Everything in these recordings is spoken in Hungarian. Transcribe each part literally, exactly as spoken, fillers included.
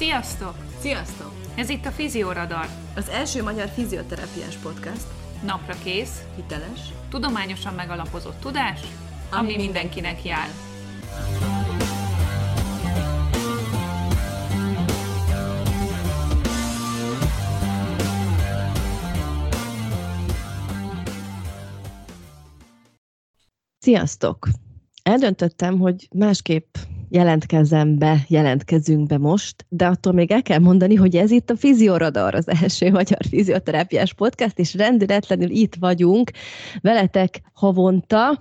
Sziasztok! Sziasztok! Ez itt a Fizioradar. Az első magyar fizioterápiás podcast. Napra kész, hiteles, tudományosan megalapozott tudás, ami, ami mindenkinek jár. Sziasztok! Eldöntöttem, hogy másképp jelentkezzem be, jelentkezünk be most, de attól még el kell mondani, hogy ez itt a Fizioradar, az első magyar fizioterápiás podcast, és rendületlenül itt vagyunk veletek havonta,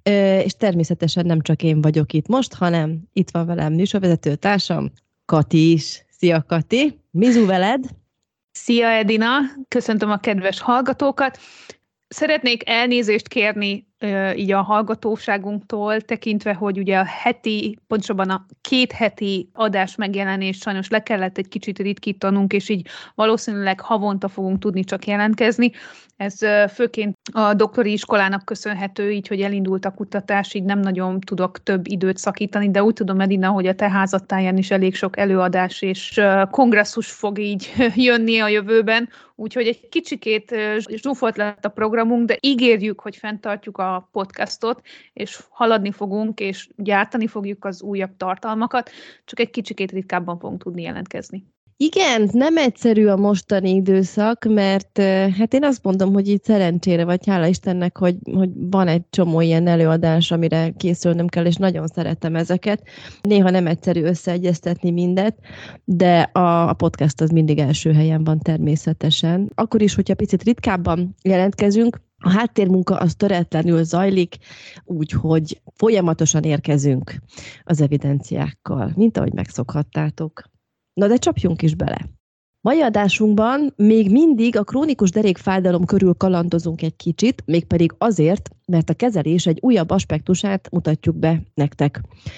és természetesen nem csak én vagyok itt most, hanem itt van velem műsorvezető társam, Kati is. Szia, Kati! Mizu veled? Szia, Edina! Köszöntöm a kedves hallgatókat! Szeretnék elnézést kérni így a hallgatóságunktól, tekintve, hogy ugye a heti, pontosabban a két heti adás megjelenés sajnos le kellett egy kicsit ritkítanunk, és így valószínűleg havonta fogunk tudni csak jelentkezni. Ez főként a doktori iskolának köszönhető, így, hogy elindult a kutatás, így nem nagyon tudok több időt szakítani, de úgy tudom, Edina, hogy a te házadtáján is elég sok előadás és kongresszus fog így jönni a jövőben, úgyhogy egy kicsikét zsúfolt lett a programunk, de ígérjük, hogy fenntartjuk a podcastot, és haladni fogunk, és gyártani fogjuk az újabb tartalmakat, csak egy kicsikét ritkábban fogunk tudni jelentkezni. Igen, nem egyszerű a mostani időszak, mert hát én azt mondom, hogy így szerencsére, vagy hála Istennek, hogy, hogy van egy csomó ilyen előadás, amire készülnöm kell, és nagyon szeretem ezeket. Néha nem egyszerű összeegyeztetni mindet, de a, a podcast az mindig első helyen van természetesen. Akkor is, hogyha picit ritkábban jelentkezünk, a háttérmunka az töretlenül zajlik, úgyhogy folyamatosan érkezünk az evidenciákkal, mint ahogy megszokhattátok. Na de csapjunk is bele. Mai adásunkban még mindig a krónikus derékfájdalom körül kalandozunk egy kicsit, mégpedig azért, mert a kezelés egy újabb aspektusát mutatjuk be nektek.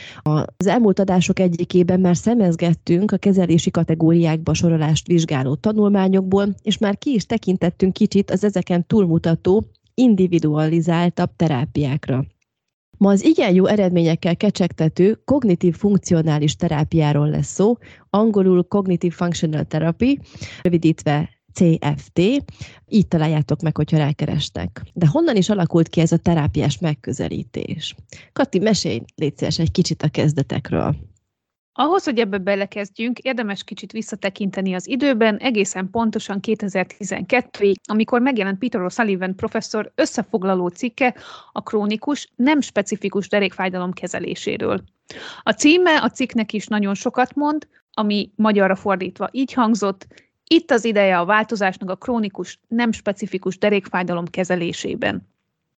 Az elmúlt adások egyikében már szemezgettünk a kezelési kategóriákba sorolást vizsgáló tanulmányokból, és már ki is tekintettünk kicsit az ezeken túlmutató, individualizáltabb terápiákra. Ma az igen jó eredményekkel kecsegtető kognitív-funkcionális terápiáról lesz szó, angolul Cognitive Functional Therapy, rövidítve cé ef té, így találjátok meg, hogyha rákerestek. De honnan is alakult ki ez a terápiás megközelítés? Kati, mesélj, légy szíves egy kicsit a kezdetekről. Ahhoz, hogy ebbe belekezdjünk, érdemes kicsit visszatekinteni az időben, egészen pontosan kétezer-tizenkettőig, amikor megjelent Peter O'Sullivan professzor összefoglaló cikke a krónikus, nem specifikus derékfájdalom kezeléséről. A címe a cikknek is nagyon sokat mond, ami magyarra fordítva így hangzott: itt az ideje a változásnak a krónikus, nem specifikus derékfájdalom kezelésében.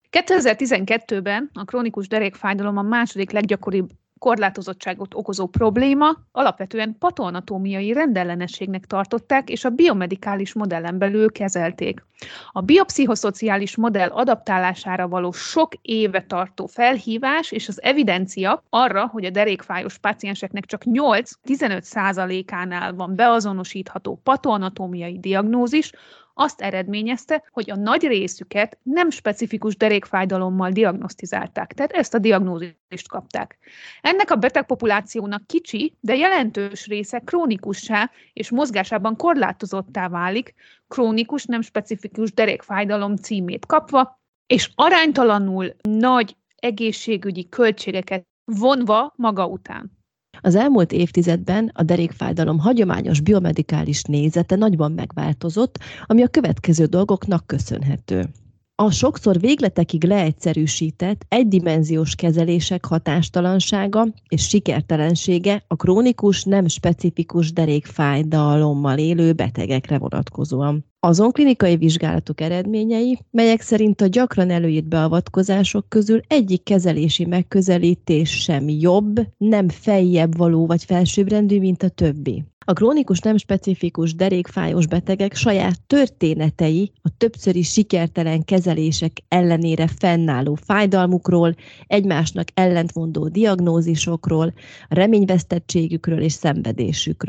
kétezer-tizenkettőben a krónikus derékfájdalom a második leggyakoribb korlátozottságot okozó probléma, alapvetően patoanatómiai rendellenességnek tartották, és a biomedikális modellen belül kezelték. A biopszichoszociális modell adaptálására való sok éve tartó felhívás és az evidencia arra, hogy a derékfájós pácienseknek csak nyolc-tizenöt százalékánál van beazonosítható patoanatómiai diagnózis, azt eredményezte, hogy a nagy részüket nem specifikus derékfájdalommal diagnosztizálták, tehát ezt a diagnózist kapták. Ennek a betegpopulációnak kicsi, de jelentős része krónikussá és mozgásában korlátozottá válik, krónikus nem specifikus derékfájdalom címét kapva, és aránytalanul nagy egészségügyi költségeket vonva maga után. Az elmúlt évtizedben a derékfájdalom hagyományos biomedikális nézete nagyban megváltozott, ami a következő dolgoknak köszönhető. A sokszor végletekig leegyszerűsített, egydimenziós kezelések hatástalansága és sikertelensége a krónikus, nem specifikus derékfájdalommal élő betegekre vonatkozóan. Azon klinikai vizsgálatok eredményei, melyek szerint a gyakran előírt beavatkozások közül egyik kezelési megközelítés sem jobb, nem feljebb való vagy felsőbbrendű, mint a többi. A krónikus nem specifikus derékfájós betegek saját történetei a többszöri sikertelen kezelések ellenére fennálló fájdalmukról, egymásnak ellentmondó diagnózisokról, reményvesztettségükről és szenvedésükről.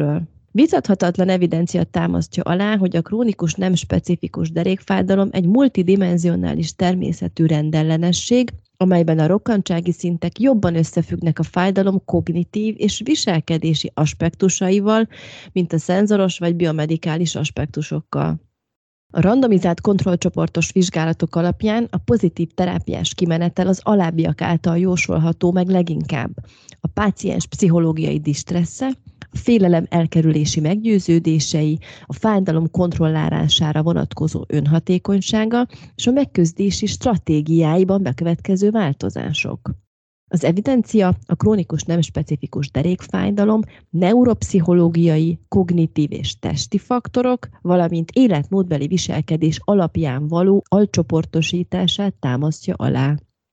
Vitathatatlan evidencia támasztja alá, hogy a krónikus nem specifikus derékfájdalom egy multidimenzionális természetű rendellenesség, amelyben a rokkantsági szintek jobban összefüggnek a fájdalom kognitív és viselkedési aspektusaival, mint a szenzoros vagy biomedikális aspektusokkal. A randomizált kontrollcsoportos vizsgálatok alapján a pozitív terápiás kimenetel az alábbiak által jósolható meg leginkább: a páciens pszichológiai distressze, a félelem elkerülési meggyőződései, a fájdalom kontrollálására vonatkozó önhatékonysága és a megküzdési stratégiáiban bekövetkező változások. Az evidencia a krónikus nem specifikus derékfájdalom neuropszichológiai, kognitív és testi faktorok, valamint életmódbeli viselkedés alapján való alcsoportosítását támasztja alá.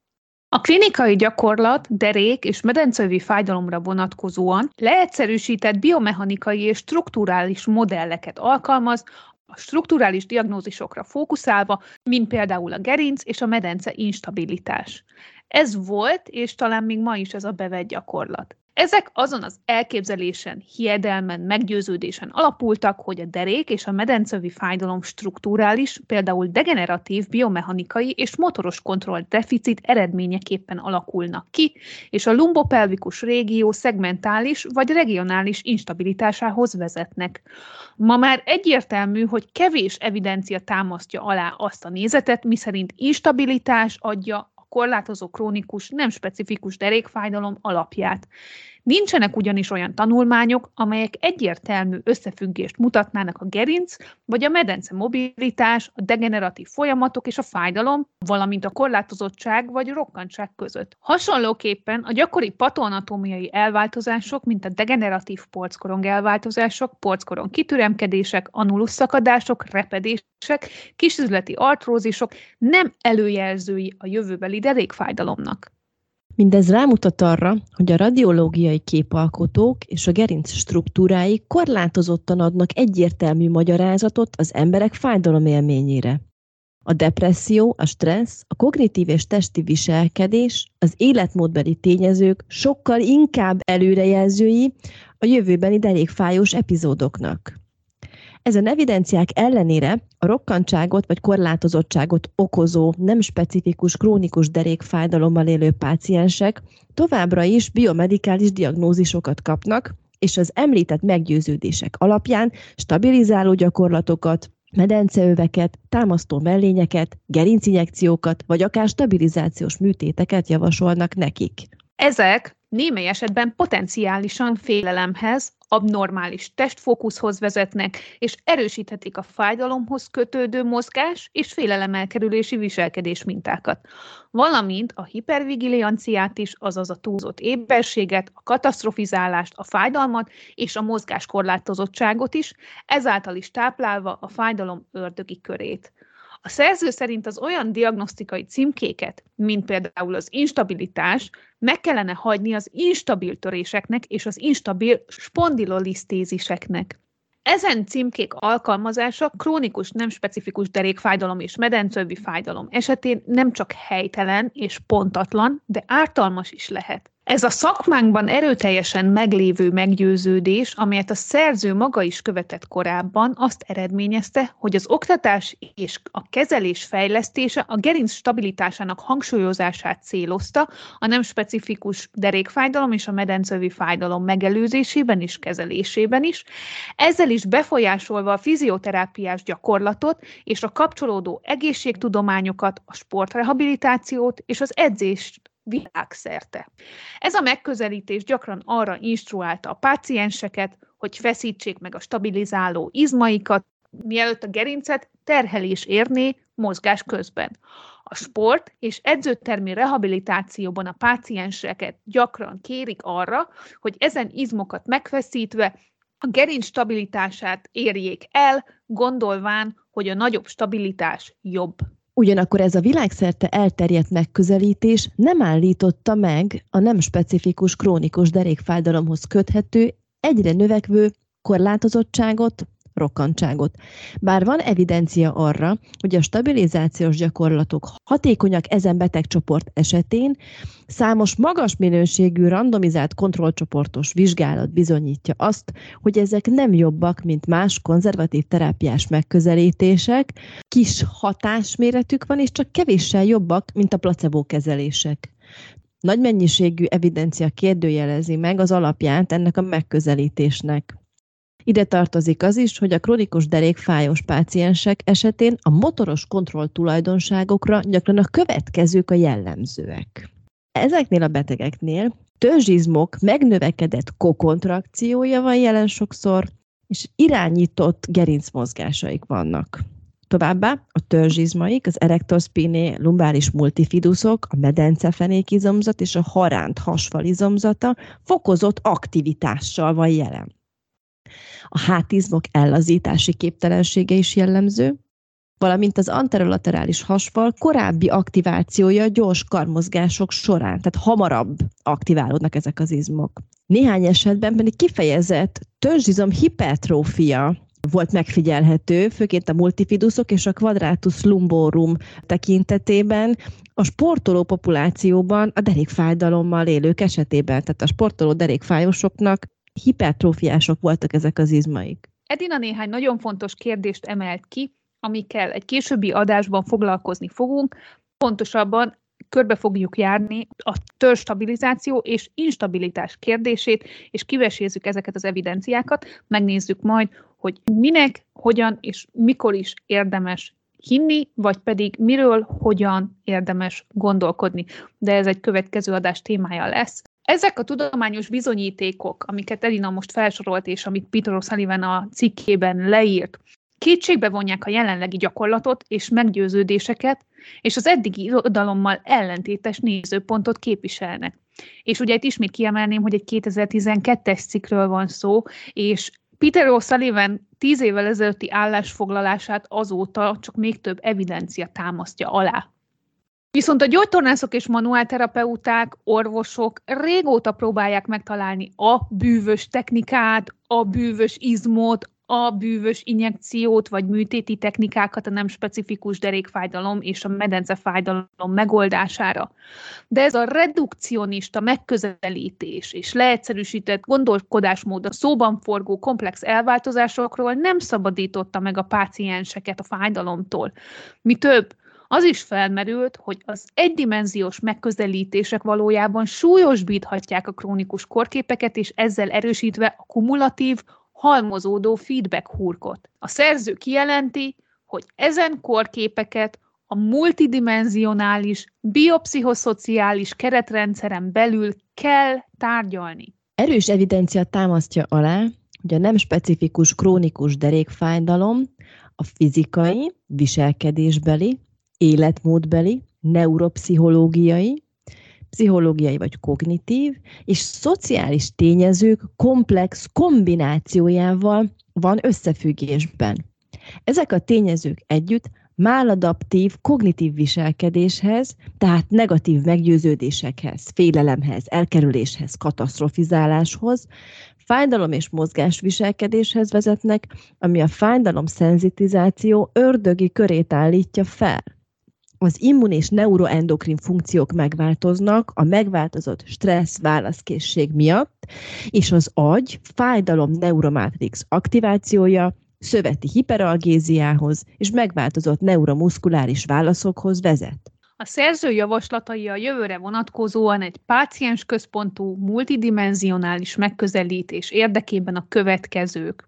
A klinikai gyakorlat derék- és medencövi fájdalomra vonatkozóan leegyszerűsített biomechanikai és strukturális modelleket alkalmaz, a strukturális diagnózisokra fókuszálva, mint például a gerinc és a medence instabilitás. Ez volt, és talán még ma is ez a bevett gyakorlat. Ezek azon az elképzelésen, hiedelmen, meggyőződésen alapultak, hogy a derék és a medencövi fájdalom strukturális, például degeneratív, biomechanikai és motoros kontroll deficit eredményeképpen alakulnak ki, és a lumbopelvikus régió szegmentális vagy regionális instabilitásához vezetnek. Ma már egyértelmű, hogy kevés evidencia támasztja alá azt a nézetet, miszerint instabilitás adja korlátozó krónikus, nem specifikus derékfájdalom alapját. Nincsenek ugyanis olyan tanulmányok, amelyek egyértelmű összefüggést mutatnának a gerinc vagy a medence mobilitás, a degeneratív folyamatok és a fájdalom, valamint a korlátozottság vagy rokkantság között. Hasonlóképpen a gyakori patoanatómiai elváltozások, mint a degeneratív porckorong elváltozások, porckorong kitüremkedések, annulus szakadások, repedések, kisüzleti artrózisok nem előjelzői a jövőbeli derékfájdalomnak. Mindez rámutat arra, hogy a radiológiai képalkotók és a gerinc struktúrái korlátozottan adnak egyértelmű magyarázatot az emberek fájdalomélményére. A depresszió, a stressz, a kognitív és testi viselkedés, az életmódbeli tényezők sokkal inkább előrejelzői a jövőbeni derékfájós epizódoknak. Ezen evidenciák ellenére a rokkantságot vagy korlátozottságot okozó, nem specifikus krónikus derékfájdalommal élő páciensek továbbra is biomedikális diagnózisokat kapnak, és az említett meggyőződések alapján stabilizáló gyakorlatokat, medenceöveket, támasztó mellényeket, gerincinjekciókat vagy akár stabilizációs műtéteket javasolnak nekik. Ezek némely esetben potenciálisan félelemhez, abnormális testfókuszhoz vezetnek, és erősíthetik a fájdalomhoz kötődő mozgás és félelemelkerülési viselkedés mintákat, valamint a hipervigilianciát is, azaz a túlzott éberséget, a katasztrofizálást, a fájdalmat és a mozgáskorlátozottságot is, ezáltal is táplálva a fájdalom ördögi körét. A szerző szerint az olyan diagnosztikai címkéket, mint például az instabilitás, meg kellene hagyni az instabil töréseknek és az instabil spondylolisztéziseknek. Ezen címkék alkalmazása krónikus nem specifikus derékfájdalom és medencövi fájdalom esetén nem csak helytelen és pontatlan, de ártalmas is lehet. Ez a szakmánkban erőteljesen meglévő meggyőződés, amelyet a szerző maga is követett korábban, azt eredményezte, hogy az oktatás és a kezelés fejlesztése a gerinc stabilitásának hangsúlyozását célozta a nem specifikus derékfájdalom és a medencövi fájdalom megelőzésében és kezelésében is, ezzel is befolyásolva a fizioterápiás gyakorlatot és a kapcsolódó egészségtudományokat, a sportrehabilitációt és az edzést világszerte. Ez a megközelítés gyakran arra instruálta a pácienseket, hogy feszítsék meg a stabilizáló izmaikat, mielőtt a gerincet terhelés érné mozgás közben. A sport és edzőtermi rehabilitációban a pácienseket gyakran kérik arra, hogy ezen izmokat megfeszítve a gerinc stabilitását érjék el, gondolván, hogy a nagyobb stabilitás jobb. Ugyanakkor ez a világszerte elterjedt megközelítés nem állította meg a nem specifikus krónikus derékfájdalomhoz köthető, egyre növekvő korlátozottságot, rokkantságot. Bár van evidencia arra, hogy a stabilizációs gyakorlatok hatékonyak ezen betegcsoport esetén, számos magas minőségű randomizált kontrollcsoportos vizsgálat bizonyítja azt, hogy ezek nem jobbak, mint más konzervatív terápiás megközelítések, kis hatásméretük van, és csak kevéssel jobbak, mint a placebo kezelések. Nagy mennyiségű evidencia kérdőjelezi meg az alapját ennek a megközelítésnek. Ide tartozik az is, hogy a krónikus derékfájós páciensek esetén a motoros kontroll tulajdonságokra gyakran a következők a jellemzőek. Ezeknél a betegeknél törzsizmok megnövekedett kokontrakciója van jelen sokszor, és irányított gerincmozgásaik vannak. Továbbá a törzsizmaik, az erector spinae lumbális multifidusok, a medencefenékizomzat és a haránt hasfal izomzata fokozott aktivitással van jelen. A hátizmok ellazítási képtelensége is jellemző, valamint az anterolaterális hasfal korábbi aktivációja gyors karmozgások során, tehát hamarabb aktiválódnak ezek az izmok. Néhány esetben pedig kifejezett törzsizom hipertrófia volt megfigyelhető, főként a multifidusok és a quadratus lumborum tekintetében a sportoló populációban a derékfájdalommal élők esetében, tehát a sportoló derékfájósoknak hipertrófiások voltak ezek az izmaik. Edina néhány nagyon fontos kérdést emelt ki, amikkel egy későbbi adásban foglalkozni fogunk, pontosabban körbe fogjuk járni a törzsstabilizáció és instabilitás kérdését, és kivesézzük ezeket az evidenciákat, megnézzük majd, hogy minek, hogyan és mikor is érdemes hinni, vagy pedig miről, hogyan érdemes gondolkodni. De ez egy következő adás témája lesz. Ezek a tudományos bizonyítékok, amiket Edina most felsorolt, és amit Peter O'Sullivan a cikkében leírt, kétségbe vonják a jelenlegi gyakorlatot és meggyőződéseket, és az eddigi irodalommal ellentétes nézőpontot képviselnek. És ugye itt ismét kiemelném, hogy egy kétezer-tizenkettes cikkről van szó, és Peter O'Sullivan tíz évvel ezelőtti állásfoglalását azóta csak még több evidencia támasztja alá. Viszont a gyógytornászok és manuálterapeuták, orvosok régóta próbálják megtalálni a bűvös technikát, a bűvös izmot, a bűvös injekciót vagy műtéti technikákat a nem specifikus derékfájdalom és a medencefájdalom megoldására. De ez a redukcionista megközelítés és leegyszerűsített gondolkodásmód a szóban forgó komplex elváltozásokról nem szabadította meg a pácienseket a fájdalomtól. Mi több, az is felmerült, hogy az egydimenziós megközelítések valójában súlyosbíthatják a krónikus korképeket, és ezzel erősítve a kumulatív, halmozódó feedback hurkot. A szerző kijelenti, hogy ezen korképeket a multidimenzionális, biopszichoszociális keretrendszeren belül kell tárgyalni. Erős evidencia támasztja alá, hogy a nem specifikus krónikus derékfájdalom a fizikai, viselkedésbeli, életmódbeli, neuropszichológiai, pszichológiai vagy kognitív és szociális tényezők komplex kombinációjával van összefüggésben. Ezek a tényezők együtt maladaptív kognitív viselkedéshez, tehát negatív meggyőződésekhez, félelemhez, elkerüléshez, katasztrofizáláshoz, fájdalom és mozgásviselkedéshez vezetnek, ami a fájdalom szenzitizáció ördögi körét állítja fel. Az immun és neuroendokrin funkciók megváltoznak a megváltozott stressz válaszkészség miatt, és az agy fájdalom neuromátrix aktivációja szöveti hiperalgéziához és megváltozott neuromuszkuláris válaszokhoz vezet. A szerző javaslatai a jövőre vonatkozóan egy páciensközpontú, multidimenzionális megközelítés érdekében a következők.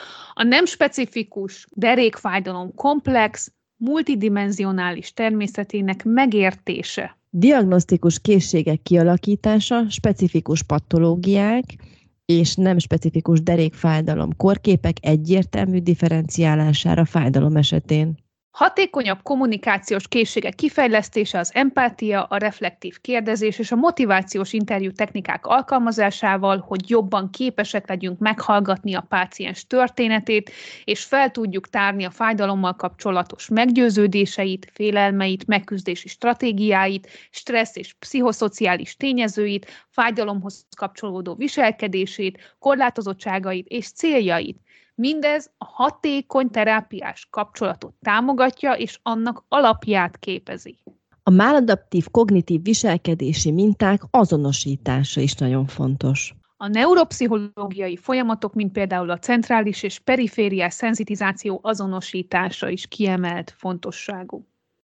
A nem specifikus derékfájdalom komplex, multidimenzionális természetének megértése. Diagnosztikus készségek kialakítása, specifikus patológiák és nem specifikus derékfájdalom korképek egyértelmű differenciálására fájdalom esetén. Hatékonyabb kommunikációs készségek kifejlesztése, az empátia, a reflektív kérdezés és a motivációs interjú technikák alkalmazásával, hogy jobban képesek legyünk meghallgatni a páciens történetét, és fel tudjuk tárni a fájdalommal kapcsolatos meggyőződéseit, félelmeit, megküzdési stratégiáit, stressz és pszichoszociális tényezőit, fájdalomhoz kapcsolódó viselkedését, korlátozottságait és céljait. Mindez a hatékony terápiás kapcsolatot támogatja, és annak alapját képezi. A maladaptív kognitív viselkedési minták azonosítása is nagyon fontos. A neuropszichológiai folyamatok, mint például a centrális és perifériás szenzitizáció azonosítása is kiemelt fontosságú.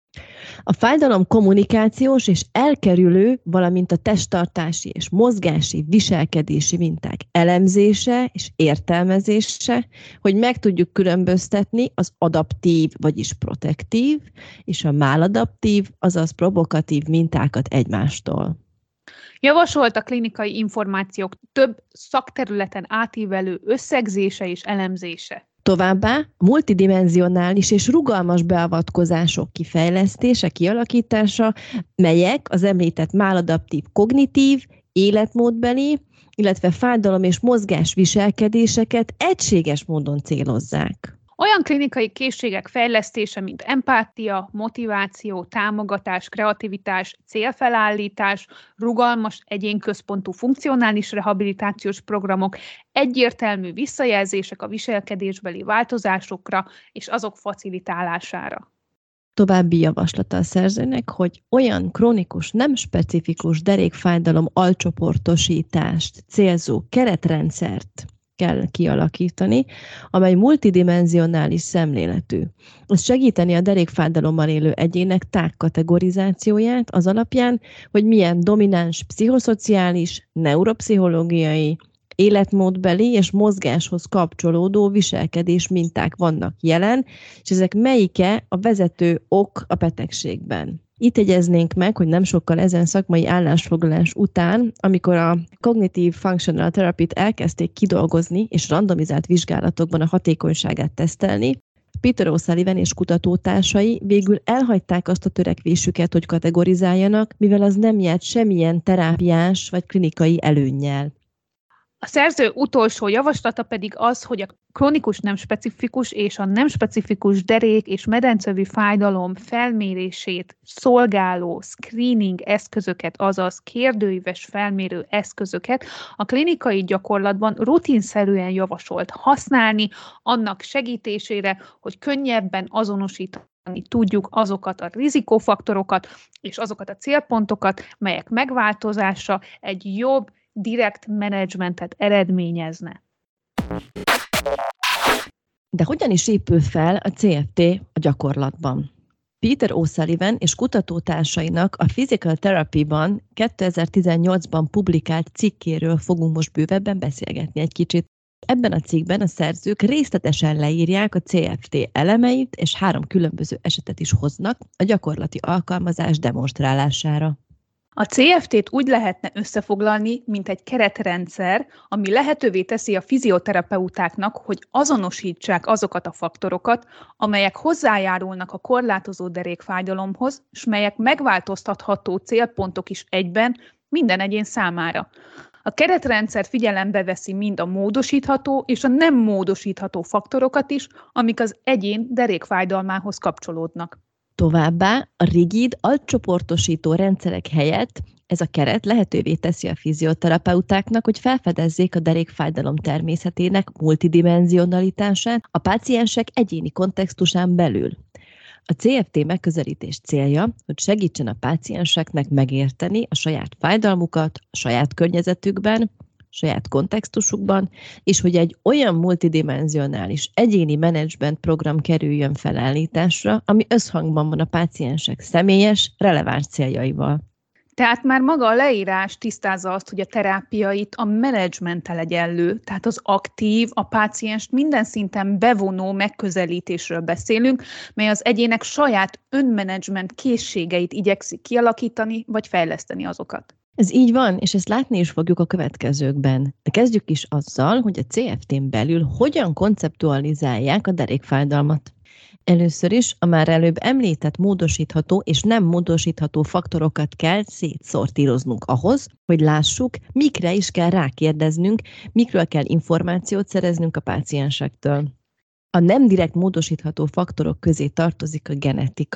A fájdalom kommunikációs és elkerülő, valamint a testtartási és mozgási viselkedési minták elemzése és értelmezése, hogy meg tudjuk különböztetni az adaptív, vagyis protektív, és a maladaptív, azaz provokatív mintákat egymástól. Javasolt a klinikai információk több szakterületen átívelő összegzése és elemzése. Továbbá multidimenzionális és rugalmas beavatkozások kifejlesztése, kialakítása, melyek az említett maladaptív kognitív, életmódbeli, illetve fájdalom és mozgás viselkedéseket egységes módon célozzák. Olyan klinikai készségek fejlesztése, mint empátia, motiváció, támogatás, kreativitás, célfelállítás, rugalmas, egyénközpontú funkcionális rehabilitációs programok, egyértelmű visszajelzések a viselkedésbeli változásokra és azok facilitálására. További javaslata a szerzőnek, hogy olyan krónikus, nem specifikus derékfájdalom alcsoportosítást célzó keretrendszert kell kialakítani, amely multidimenzionális szemléletű. Ez segíteni a derékfájdalommal élő egyének tágkategorizációját az alapján, hogy milyen domináns pszichoszociális, neuropszichológiai, életmódbeli és mozgáshoz kapcsolódó viselkedés minták vannak jelen, és ezek melyike a vezető ok a betegségben. Itt jegyeznénk meg, hogy nem sokkal ezen szakmai állásfoglalás után, amikor a Cognitive Functional Therapy-t elkezdték kidolgozni és randomizált vizsgálatokban a hatékonyságát tesztelni, Peter O'Sullivan és kutatótársai végül elhagyták azt a törekvésüket, hogy kategorizáljanak, mivel az nem járt semmilyen terápiás vagy klinikai előnnyel. A szerző utolsó javaslata pedig az, hogy a krónikus nem specifikus és a nem specifikus derék és medencövi fájdalom felmérését szolgáló screening eszközöket, azaz kérdőíves felmérő eszközöket a klinikai gyakorlatban rutinszerűen javasolt használni annak segítésére, hogy könnyebben azonosítani tudjuk azokat a rizikófaktorokat és azokat a célpontokat, melyek megváltozása egy jobb, direkt menedzsmentet eredményezne. De hogyan is épül fel a cé ef té a gyakorlatban? Peter O'Sullivan és kutatótársainak a Physical Therapy-ban kétezer-tizennyolcban publikált cikkéről fogunk most bővebben beszélgetni egy kicsit. Ebben a cikkben a szerzők részletesen leírják a cé ef té elemeit, és három különböző esetet is hoznak a gyakorlati alkalmazás demonstrálására. A cé ef té-t úgy lehetne összefoglalni, mint egy keretrendszer, ami lehetővé teszi a fizioterapeutáknak, hogy azonosítsák azokat a faktorokat, amelyek hozzájárulnak a korlátozó derékfájdalomhoz, és melyek megváltoztatható célpontok is egyben minden egyén számára. A keretrendszer figyelembe veszi mind a módosítható és a nem módosítható faktorokat is, amik az egyén derékfájdalmához kapcsolódnak. Továbbá a rigid, altcsoportosító rendszerek helyett ez a keret lehetővé teszi a fizioterapeutáknak, hogy felfedezzék a derékfájdalom természetének multidimenzionalitását a páciensek egyéni kontextusán belül. A cé ef té megközelítés célja, hogy segítsen a pácienseknek megérteni a saját fájdalmukat a saját környezetükben, saját kontextusukban, és hogy egy olyan multidimenzionális egyéni menedzsment program kerüljön felállításra, ami összhangban van a páciensek személyes, releváns céljaival. Tehát már maga a leírás tisztázza azt, hogy a terápia itt a menedzsmenttel egyenlő, tehát az aktív, a pácienst minden szinten bevonó megközelítésről beszélünk, mely az egyének saját önmenedzsment készségeit igyekszik kialakítani, vagy fejleszteni azokat. Ez így van, és ezt látni is fogjuk a következőkben. De kezdjük is azzal, hogy a cé ef té-n belül hogyan konceptualizálják a derékfájdalmat. Először is a már előbb említett módosítható és nem módosítható faktorokat kell szétszortíroznunk ahhoz, hogy lássuk, mikre is kell rákérdeznünk, mikről kell információt szereznünk a páciensektől. A nem direkt módosítható faktorok közé tartozik a genetika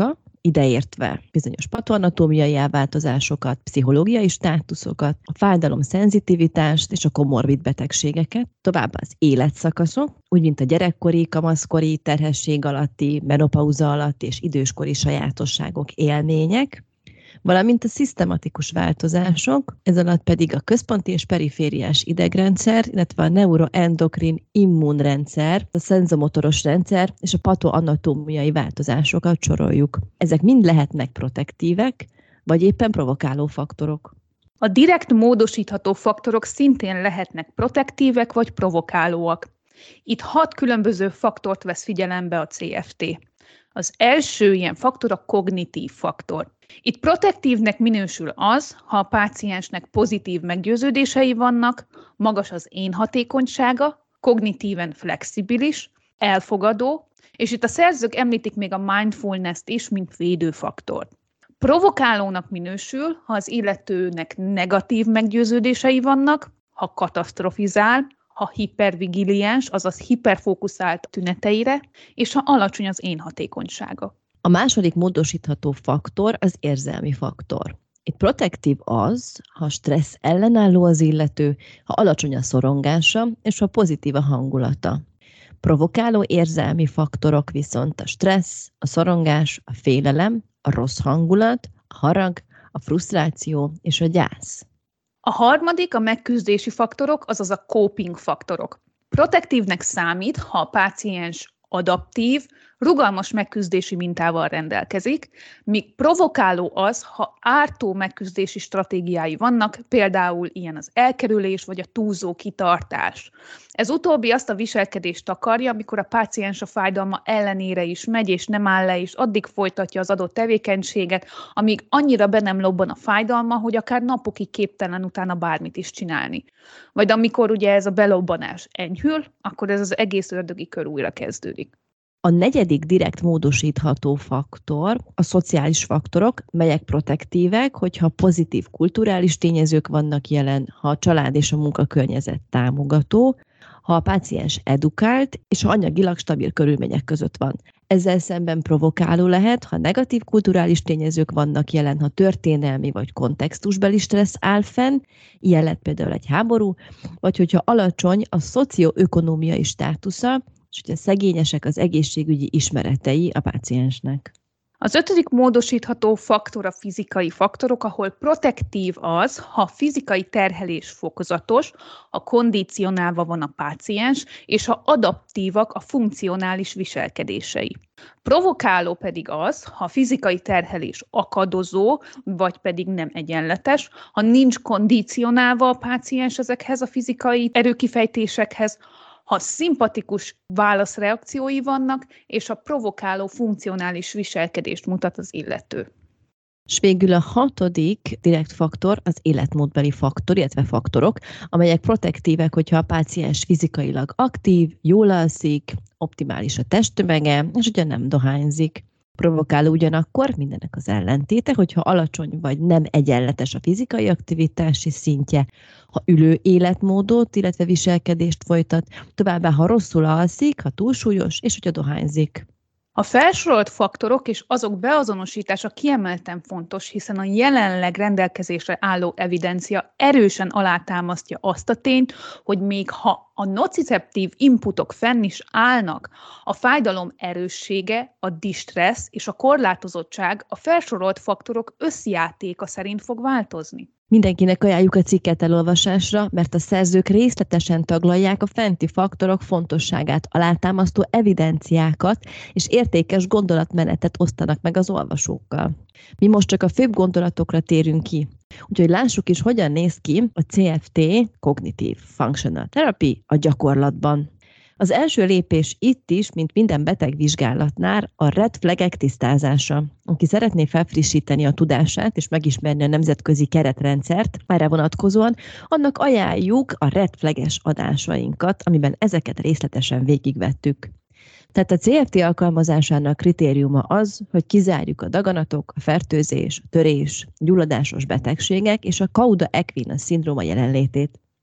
ideértve bizonyos patoanatómiai elváltozásokat, pszichológiai státuszokat, a fájdalom szenzitivitást és a komorbid betegségeket, továbbá az életszakaszok, úgy mint a gyerekkori, kamaszkori, terhesség alatti, menopauza alatti és időskori sajátosságok, élmények, valamint a szisztematikus változások, ez alatt pedig a központi és perifériás idegrendszer, illetve a neuroendokrin immunrendszer, a szenzomotoros rendszer és a patoanatómiai változásokat soroljuk. Ezek mind lehetnek protektívek, vagy éppen provokáló faktorok. A direkt módosítható faktorok szintén lehetnek protektívek vagy provokálóak. Itt hat különböző faktort vesz figyelembe a cé ef té. Az első ilyen faktor a kognitív faktor. Itt protektívnek minősül az, ha a páciensnek pozitív meggyőződései vannak, magas az én hatékonysága, kognitíven flexibilis, elfogadó, és itt a szerzők említik még a mindfulness-t is, mint védőfaktort. Provokálónak minősül, ha az illetőnek negatív meggyőződései vannak, ha katasztrofizál, ha hipervigiliens, azaz hiperfókuszált tüneteire, és ha alacsony az én hatékonysága. A második módosítható faktor az érzelmi faktor. Itt protektív az, ha stressz ellenálló az illető, ha alacsony a szorongása, és ha pozitív a hangulata. Provokáló érzelmi faktorok viszont a stressz, a szorongás, a félelem, a rossz hangulat, a harag, a frusztráció és a gyász. A harmadik a megküzdési faktorok, azaz a coping faktorok. Protektívnek számít, ha a páciens adaptív, rugalmas megküzdési mintával rendelkezik, míg provokáló az, ha ártó megküzdési stratégiái vannak, például ilyen az elkerülés vagy a túlzó kitartás. Ez utóbbi azt a viselkedést takarja, amikor a páciens a fájdalma ellenére is megy és nem áll le, és addig folytatja az adott tevékenységet, amíg annyira be nem lobban a fájdalma, hogy akár napokig képtelen utána bármit is csinálni. Vagy amikor ugye ez a belobbanás enyhül, akkor ez az egész ördögi kör újra kezdődik. A negyedik direkt módosítható faktor a szociális faktorok, melyek protektívek, hogyha pozitív kulturális tényezők vannak jelen, ha a család és a munkakörnyezet támogató, ha a páciens edukált és ha anyagilag stabil körülmények között van. Ezzel szemben provokáló lehet, ha negatív kulturális tényezők vannak jelen, ha történelmi vagy kontextusbeli stressz áll fenn, ilyen lett például egy háború, vagy hogyha alacsony a szocioökonómiai státusza, és ugye szegényesek az egészségügyi ismeretei a páciensnek. Az ötödik módosítható faktor a fizikai faktorok, ahol protektív az, ha a fizikai terhelés fokozatos, ha kondicionálva van a páciens, és ha adaptívak a funkcionális viselkedései. Provokáló pedig az, ha a fizikai terhelés akadozó, vagy pedig nem egyenletes, ha nincs kondicionálva a páciens ezekhez a fizikai erőkifejtésekhez, ha szimpatikus válaszreakciói vannak, és a provokáló funkcionális viselkedést mutat az illető. És végül a hatodik direkt faktor az életmódbeli faktor, illetve faktorok, amelyek protektívek, hogyha a páciens fizikailag aktív, jól alszik, optimális a testtömege, és ugye nem dohányzik. Provokáló ugyanakkor mindennek az ellentéte, hogyha alacsony vagy nem egyenletes a fizikai aktivitási szintje, ha ülő életmódot, illetve viselkedést folytat, továbbá ha rosszul alszik, ha túlsúlyos, és hogyha dohányzik. A felsorolt faktorok és azok beazonosítása kiemelten fontos, hiszen a jelenleg rendelkezésre álló evidencia erősen alátámasztja azt a tényt, hogy még ha a nociceptív inputok fenn is állnak, a fájdalom erőssége, a distressz és a korlátozottság a felsorolt faktorok összjátéka szerint fog változni. Mindenkinek ajánljuk a cikket elolvasásra, mert a szerzők részletesen taglalják a fenti faktorok fontosságát alátámasztó evidenciákat, és értékes gondolatmenetet osztanak meg az olvasókkal. Mi most csak a főbb gondolatokra térünk ki. Úgyhogy lássuk is, hogyan néz ki a cé ef té, Cognitive Functional Therapy, a gyakorlatban. Az első lépés itt is, mint minden betegvizsgálatnál, a red flagek tisztázása. Aki szeretné felfrissíteni a tudását és megismerni a nemzetközi keretrendszert, erre vonatkozóan, annak ajánljuk a red flages adásainkat, amiben ezeket részletesen végigvettük. Tehát a cé ef té alkalmazásának kritériuma az, hogy kizárjuk a daganatok, a fertőzés, a törés, gyulladásos betegségek és a cauda equina szindróma jelenlétét.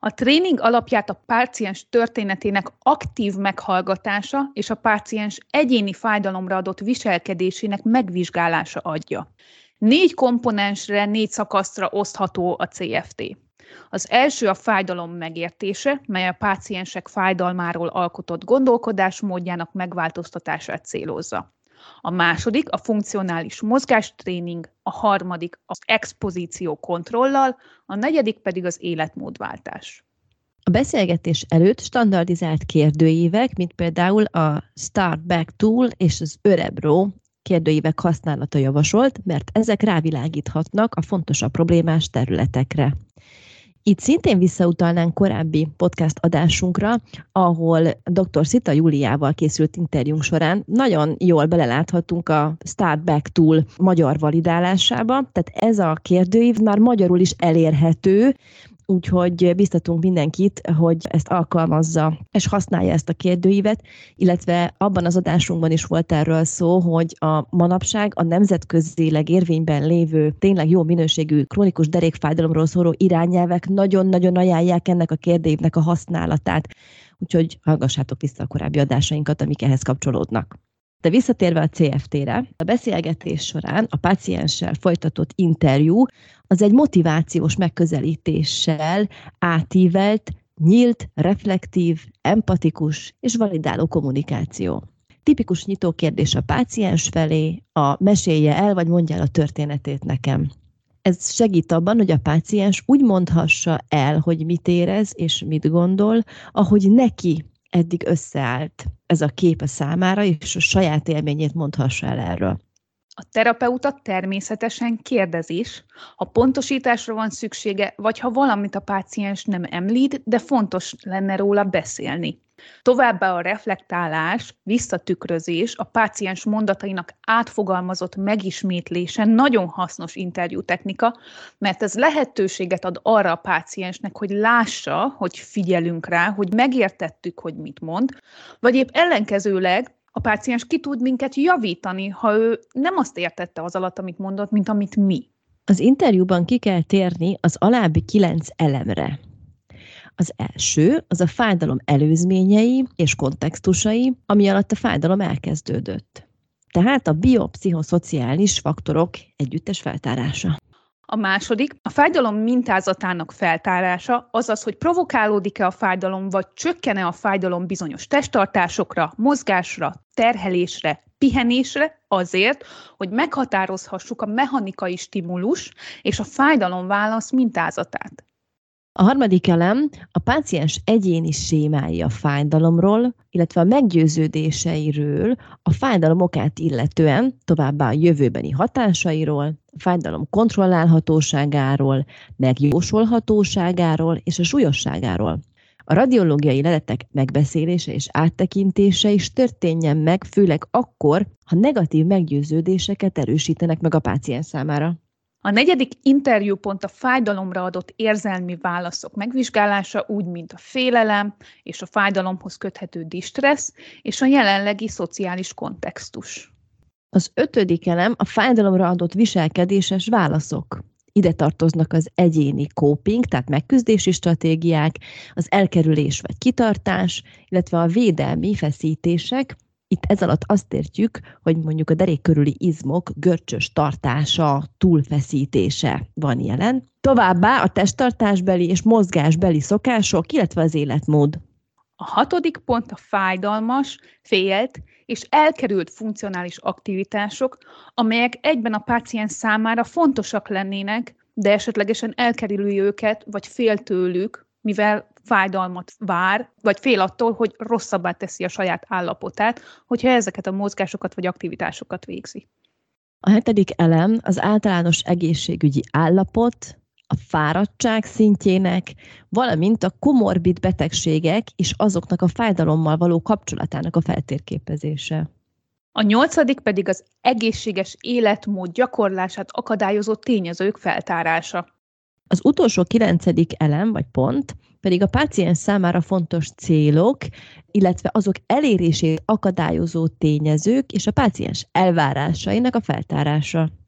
A tréning alapját a páciens történetének aktív meghallgatása és a páciens egyéni fájdalomra adott viselkedésének megvizsgálása adja. Négy komponensre, négy szakaszra osztható a cé ef té. Az első a fájdalom megértése, mely a páciensek fájdalmáról alkotott gondolkodásmódjának megváltoztatását célozza. A második a funkcionális mozgástréning, a harmadik az expozíció kontrollal, a negyedik pedig az életmódváltás. A beszélgetés előtt standardizált kérdőívek, mint például a Start Back Tool és az Örebro kérdőívek használata javasolt, mert ezek rávilágíthatnak a fontosabb problémás területekre. Itt szintén visszautalnánk korábbi podcast adásunkra, ahol dr. Szita Júliával készült interjúnk során nagyon jól beleláthatunk a Start Back Tool magyar validálásába, tehát ez a kérdőív már magyarul is elérhető, úgyhogy biztatunk mindenkit, hogy ezt alkalmazza és használja ezt a kérdőívet, illetve abban az adásunkban is volt erről szó, hogy a manapság a nemzetközileg érvényben lévő, tényleg jó minőségű krónikus derékfájdalomról szóló irányelvek nagyon-nagyon ajánlják ennek a kérdőívnek a használatát. Úgyhogy hallgassátok vissza a korábbi adásainkat, amik ehhez kapcsolódnak. De visszatérve a cé ef té-re, a beszélgetés során a pácienssel folytatott interjú az egy motivációs megközelítéssel átívelt, nyílt, reflektív, empatikus és validáló kommunikáció. Tipikus nyitókérdés a páciens felé, a mesélje el, vagy mondja el a történetét nekem. Ez segít abban, hogy a páciens úgy mondhassa el, hogy mit érez és mit gondol, ahogy neki eddig összeállt ez a kép a számára, és a saját élményét mondhassa el erről. A terapeuta természetesen kérdez is, ha pontosításra van szüksége, vagy ha valamit a páciens nem említ, de fontos lenne róla beszélni. Továbbá a reflektálás, visszatükrözés, a páciens mondatainak átfogalmazott megismétlése nagyon hasznos interjútechnika, mert ez lehetőséget ad arra a páciensnek, hogy lássa, hogy figyelünk rá, hogy megértettük, hogy mit mond, vagy épp ellenkezőleg a páciens ki tud minket javítani, ha ő nem azt értette az alatt, amit mondott, mint amit mi. Az interjúban ki kell térni az alábbi kilenc elemre. Az első, az a fájdalom előzményei és kontextusai, ami alatt a fájdalom elkezdődött. Tehát a biopszichoszociális faktorok együttes feltárása. A második, a fájdalom mintázatának feltárása, azaz, hogy provokálódik-e a fájdalom, vagy csökken-e a fájdalom bizonyos testtartásokra, mozgásra, terhelésre, pihenésre, azért, hogy meghatározhassuk a mechanikai stimulus és a fájdalomválasz mintázatát. A harmadik elem a páciens egyéni sémái a fájdalomról, illetve a meggyőződéseiről, a fájdalom okát illetően, továbbá a jövőbeni hatásairól, a fájdalom kontrollálhatóságáról, megjósolhatóságáról és a súlyosságáról. A radiológiai leletek megbeszélése és áttekintése is történjen meg, főleg akkor, ha negatív meggyőződéseket erősítenek meg a páciens számára. A negyedik interjúpont a fájdalomra adott érzelmi válaszok megvizsgálása, úgy, mint a félelem és a fájdalomhoz köthető distressz és a jelenlegi szociális kontextus. Az ötödik elem a fájdalomra adott viselkedéses válaszok. Ide tartoznak az egyéni coping, tehát megküzdési stratégiák, az elkerülés vagy kitartás, illetve a védelmi feszítések. Itt ez alatt azt értjük, hogy mondjuk a derék körüli izmok görcsös tartása, túlfeszítése van jelen. Továbbá a testtartásbeli és mozgásbeli szokások, illetve az életmód. A hatodik pont a fájdalmas, félt és elkerült funkcionális aktivitások, amelyek egyben a páciens számára fontosak lennének, de esetlegesen elkerüli őket, vagy fél tőlük, mivel fájdalmat vár, vagy fél attól, hogy rosszabbá teszi a saját állapotát, hogyha ezeket a mozgásokat vagy aktivitásokat végzi. A hetedik elem az általános egészségügyi állapot, a fáradtság szintjének, valamint a komorbid betegségek és azoknak a fájdalommal való kapcsolatának a feltérképezése. A nyolcadik pedig az egészséges életmód gyakorlását akadályozó tényezők feltárása. Az utolsó kilencedik elem vagy pont pedig a páciens számára fontos célok, illetve azok elérését akadályozó tényezők és a páciens elvárásainak a feltárása.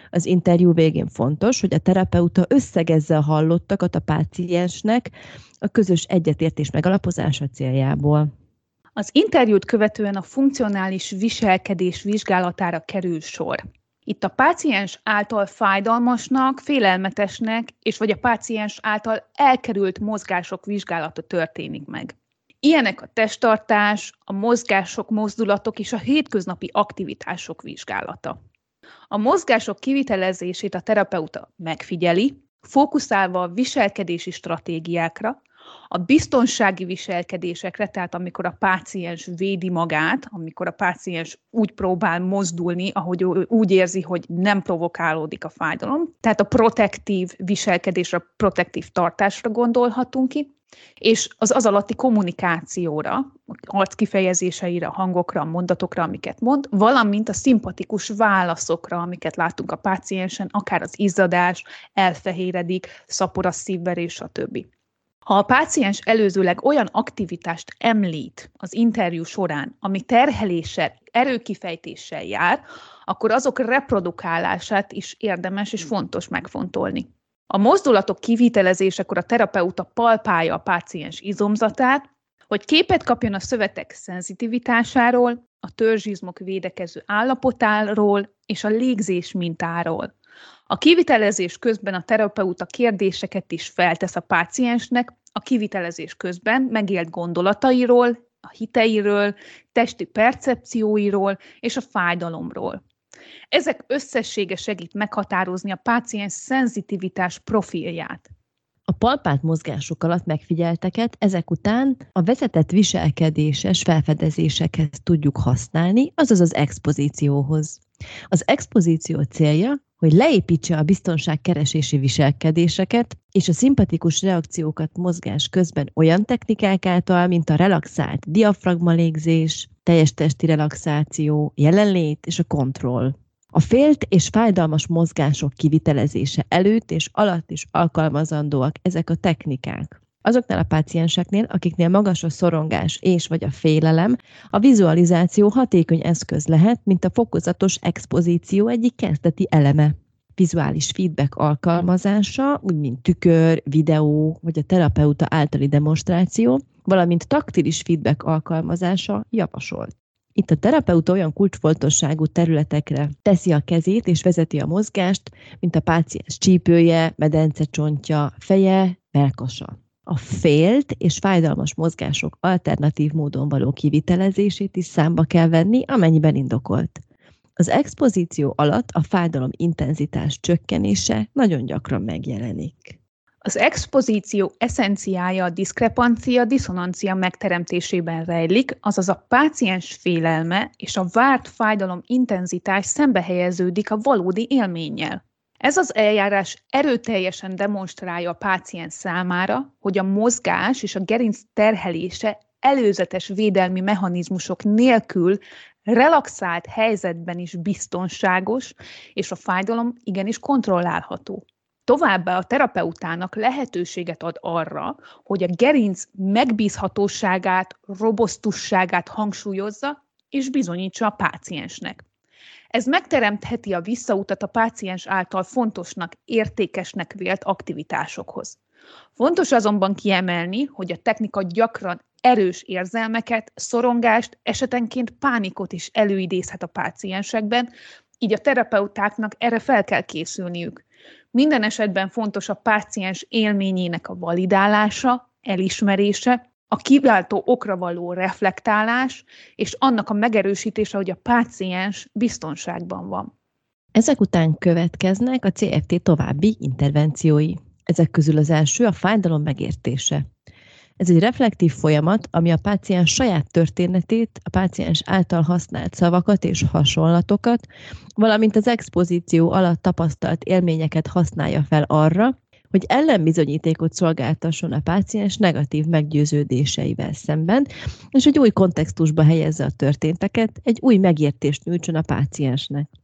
Az interjú végén fontos, hogy a terapeuta összegezze a hallottakat a páciensnek a közös egyetértés megalapozása céljából. Az interjút követően a funkcionális viselkedés vizsgálatára kerül sor. Itt a páciens által fájdalmasnak, félelmetesnek és vagy a páciens által elkerült mozgások vizsgálata történik meg. Ilyenek a testtartás, a mozgások, mozdulatok és a hétköznapi aktivitások vizsgálata. A mozgások kivitelezését a terapeuta megfigyeli, fókuszálva a viselkedési stratégiákra, a biztonsági viselkedésekre, tehát amikor a páciens védi magát, amikor a páciens úgy próbál mozdulni, ahogy úgy érzi, hogy nem provokálódik a fájdalom. Tehát a protektív viselkedésre, a protektív tartásra gondolhatunk ki, és az az alatti kommunikációra, arckifejezéseire, a hangokra, a mondatokra, amiket mond, valamint a szimpatikus válaszokra, amiket látunk a páciensen, akár az izzadás, elfehéredik, szapor a szívverés, stb. Ha a páciens előzőleg olyan aktivitást említ az interjú során, ami terheléssel, erőkifejtéssel jár, akkor azok reprodukálását is érdemes és fontos megfontolni. A mozdulatok kivitelezésekor a terapeuta palpálja a páciens izomzatát, hogy képet kapjon a szövetek szenzitivitásáról, a törzsizmok védekező állapotáról és a légzés mintáról. A kivitelezés közben a terapeuta kérdéseket is feltesz a páciensnek, a kivitelezés közben megélt gondolatairól, a hiteiről, testi percepcióiról és a fájdalomról. Ezek összessége segít meghatározni a páciens szenzitivitás profilját. A palpált mozgások alatt megfigyelteket ezek után a vezetett viselkedéses felfedezésekhez tudjuk használni, azaz az expozícióhoz. Az expozíció célja, hogy leépítse a biztonságkeresési viselkedéseket és a szimpatikus reakciókat mozgás közben olyan technikák által, mint a relaxált diafragma légzés, teljes testi relaxáció, jelenlét és a kontroll. A félt és fájdalmas mozgások kivitelezése előtt és alatt is alkalmazandóak ezek a technikák. Azoknál a pácienseknél, akiknél magas a szorongás és vagy a félelem, a vizualizáció hatékony eszköz lehet, mint a fokozatos expozíció egyik kezdeti eleme. Vizuális feedback alkalmazása, úgy mint tükör, videó vagy a terapeuta általi demonstráció, valamint taktilis feedback alkalmazása javasolt. Itt a terapeuta olyan kulcsfontosságú területekre teszi a kezét és vezeti a mozgást, mint a páciens csípője, medencecsontja, feje, mellkasa. A félt és fájdalmas mozgások alternatív módon való kivitelezését is számba kell venni, amennyiben indokolt. Az expozíció alatt a fájdalom intenzitás csökkenése nagyon gyakran megjelenik. Az expozíció eszenciája a diszkrepancia, diszonancia megteremtésében rejlik, azaz a páciens félelme és a várt fájdalom intenzitás szembehelyeződik a valódi élménnyel. Ez az eljárás erőteljesen demonstrálja a páciens számára, hogy a mozgás és a gerinc terhelése előzetes védelmi mechanizmusok nélkül relaxált helyzetben is biztonságos, és a fájdalom igenis kontrollálható. Továbbá a terapeutának lehetőséget ad arra, hogy a gerinc megbízhatóságát, robosztusságát hangsúlyozza és bizonyítsa a páciensnek. Ez megteremtheti a visszautat a páciens által fontosnak, értékesnek vélt aktivitásokhoz. Fontos azonban kiemelni, hogy a technika gyakran erős érzelmeket, szorongást, esetenként pánikot is előidézhet a páciensekben, így a terapeutáknak erre fel kell készülniük. Minden esetben fontos a páciens élményének a validálása, elismerése, a kiváltó okra való reflektálás, és annak a megerősítése, hogy a páciens biztonságban van. Ezek után következnek a cé ef té további intervenciói. Ezek közül az első a fájdalom megértése. Ez egy reflektív folyamat, ami a páciens saját történetét, a páciens által használt szavakat és hasonlatokat, valamint az expozíció alatt tapasztalt élményeket használja fel arra, hogy ellenbizonyítékot szolgáltasson a páciens negatív meggyőződéseivel szemben, és egy új kontextusba helyezze a történteket, egy új megértést nyújtson a páciensnek.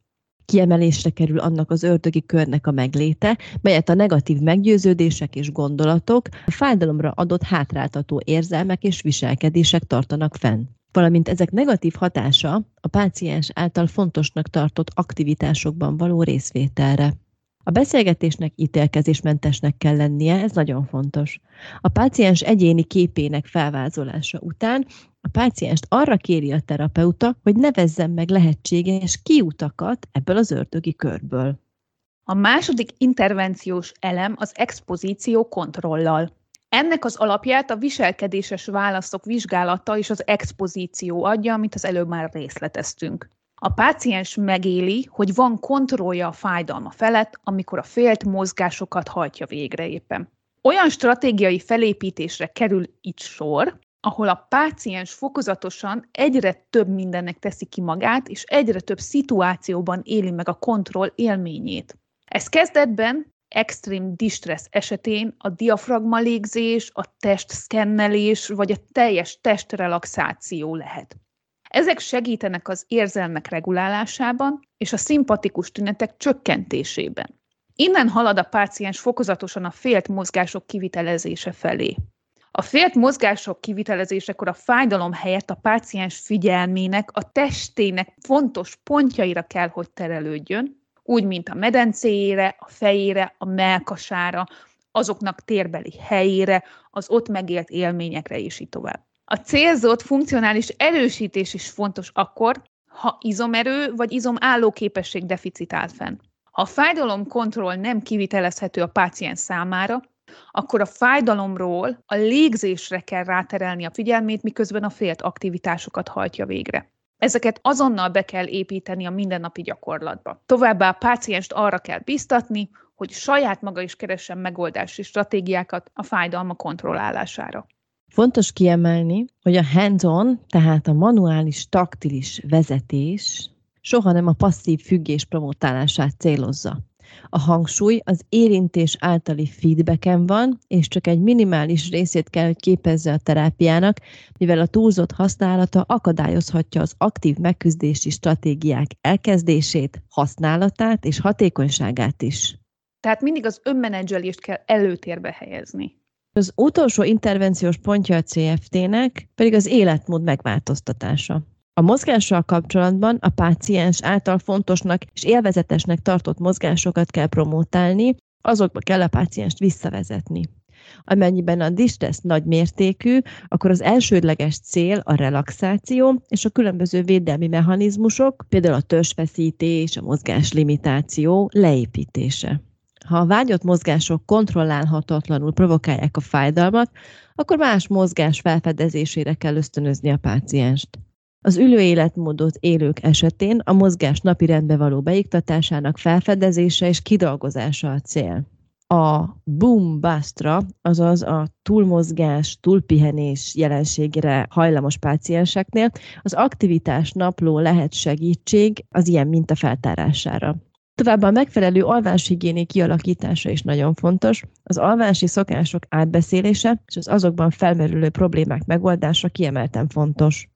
Kiemelésre kerül annak az ördögi körnek a megléte, melyet a negatív meggyőződések és gondolatok, a fájdalomra adott hátráltató érzelmek és viselkedések tartanak fenn. Valamint ezek negatív hatása a páciens által fontosnak tartott aktivitásokban való részvételre. A beszélgetésnek ítélkezésmentesnek kell lennie, ez nagyon fontos. A páciens egyéni képének felvázolása után a pácienst arra kéri a terapeuta, hogy nevezzen meg lehetséges kiutakat ebből az ördögi körből. A második intervenciós elem az expozíció kontrollal. Ennek az alapját a viselkedéses válaszok vizsgálata és az expozíció adja, amit az előbb már részleteztünk. A páciens megéli, hogy van kontrollja a fájdalma felett, amikor a félt mozgásokat hajtja végre éppen. Olyan stratégiai felépítésre kerül itt sor, ahol a páciens fokozatosan egyre több mindennek teszi ki magát, és egyre több szituációban éli meg a kontroll élményét. Ez kezdetben extrém distress esetén a diafragma légzés, a testszkennelés vagy a teljes testrelaxáció lehet. Ezek segítenek az érzelmek regulálásában és a szimpatikus tünetek csökkentésében. Innen halad a páciens fokozatosan a félt mozgások kivitelezése felé. A félt mozgások kivitelezésekor a fájdalom helyett a páciens figyelmének, a testének fontos pontjaira kell, hogy terelődjön, úgy, mint a medencéjére, a fejére, a mellkasára, azoknak térbeli helyére, az ott megélt élményekre és így tovább. A célzott funkcionális erősítés is fontos akkor, ha izomerő vagy izomállóképesség deficit áll fenn. Ha a fájdalomkontroll nem kivitelezhető a páciens számára, akkor a fájdalomról a légzésre kell ráterelni a figyelmét, miközben a félt aktivitásokat hajtja végre. Ezeket azonnal be kell építeni a mindennapi gyakorlatba. Továbbá a pácienst arra kell biztatni, hogy saját maga is keressen megoldási stratégiákat a fájdalma kontrollálására. Fontos kiemelni, hogy a hands-on, tehát a manuális taktilis vezetés soha nem a passzív függés promotálását célozza. A hangsúly az érintés általi feedbacken van, és csak egy minimális részét kell, hogy képezze a terápiának, mivel a túlzott használata akadályozhatja az aktív megküzdési stratégiák elkezdését, használatát és hatékonyságát is. Tehát mindig az önmenedzselést kell előtérbe helyezni. Az utolsó intervenciós pontja a cé ef té-nek pedig az életmód megváltoztatása. A mozgással kapcsolatban a páciens által fontosnak és élvezetesnek tartott mozgásokat kell promotálni, azokba kell a pácienst visszavezetni. Amennyiben a distress nagy mértékű, akkor az elsődleges cél a relaxáció és a különböző védelmi mechanizmusok, például a törzsfeszítés, a mozgáslimitáció leépítése. Ha a vágyott mozgások kontrollálhatatlanul provokálják a fájdalmat, akkor más mozgás felfedezésére kell ösztönözni a pácienst. Az ülő életmódot élők esetén a mozgás napirendbe való beiktatásának felfedezése és kidolgozása a cél. A boom-bustra, azaz a túlmozgás, túlpihenés jelenségére hajlamos pácienseknél az aktivitás napló lehet segítség az ilyen minta feltárására. Továbbá a megfelelő alváshigiéni kialakítása is nagyon fontos, az alvási szokások átbeszélése és az azokban felmerülő problémák megoldása kiemelten fontos.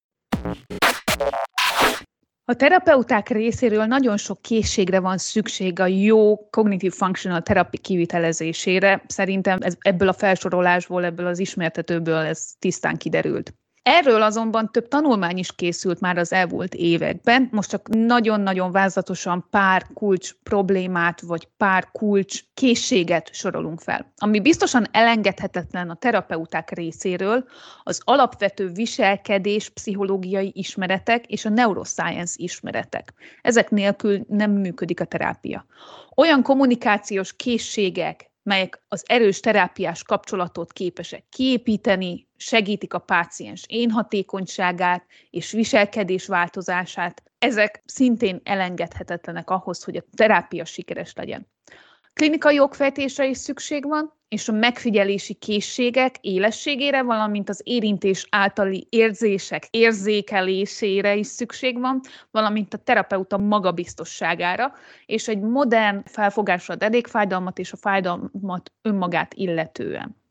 A terapeuták részéről nagyon sok készségre van szükség a jó cognitive functional therapy kivitelezésére. Szerintem ez, ebből a felsorolásból, ebből az ismertetőből ez tisztán kiderült. Erről azonban több tanulmány is készült már az elmúlt években. Most csak nagyon-nagyon vázlatosan pár kulcs problémát, vagy pár kulcs készséget sorolunk fel. Ami biztosan elengedhetetlen a terapeuták részéről, az alapvető viselkedés, pszichológiai ismeretek és a neuroscience ismeretek. Ezek nélkül nem működik a terápia. Olyan kommunikációs készségek, melyek az erős terápiás kapcsolatot képesek kiépíteni, segítik a páciens énhatékonyságát és viselkedés változását, ezek szintén elengedhetetlenek ahhoz, hogy a terápia sikeres legyen. Klinikai okfejtésre is szükség van, és a megfigyelési készségek élességére, valamint az érintés általi érzések érzékelésére is szükség van, valamint a terapeuta magabiztosságára, és egy modern felfogásra a derékfájdalmat és a fájdalmat önmagát illetően.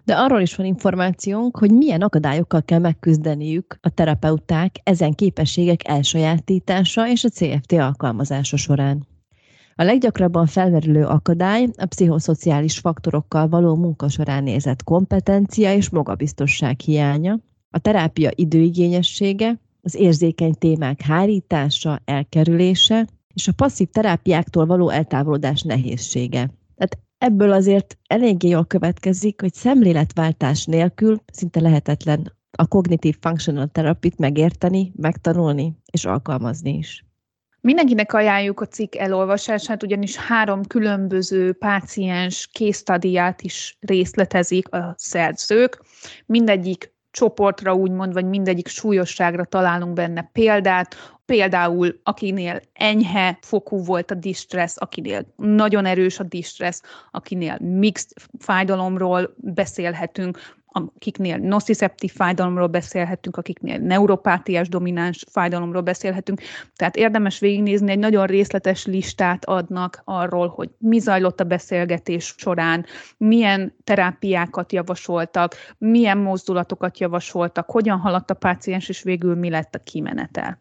De arról is van információnk, hogy milyen akadályokkal kell megküzdeniük a terapeuták ezen képességek elsajátítása és a cé ef té alkalmazása során. A leggyakrabban felmerülő akadály a pszichoszociális faktorokkal való munka során nézett kompetencia és magabiztosság hiánya, a terápia időigényessége, az érzékeny témák hárítása, elkerülése, és a passzív terápiáktól való eltávolodás nehézsége. Tehát ebből azért eléggé jól következik, hogy szemléletváltás nélkül szinte lehetetlen a Cognitive Functional Therapy-t megérteni, megtanulni és alkalmazni is. Mindenkinek ajánljuk a cikk elolvasását, ugyanis három különböző páciens case study-ját is részletezik a szerzők. Mindegyik csoportra úgymond, vagy mindegyik súlyosságra találunk benne példát. Például akinél enyhe fokú volt a distress, akinél nagyon erős a distress, akinél mixed fájdalomról beszélhetünk, akiknél nociceptív fájdalomról beszélhetünk, akiknél neuropátiás domináns fájdalomról beszélhetünk. Tehát érdemes végignézni, egy nagyon részletes listát adnak arról, hogy mi zajlott a beszélgetés során, milyen terápiákat javasoltak, milyen mozdulatokat javasoltak, hogyan haladt a páciens, és végül mi lett a kimenetel.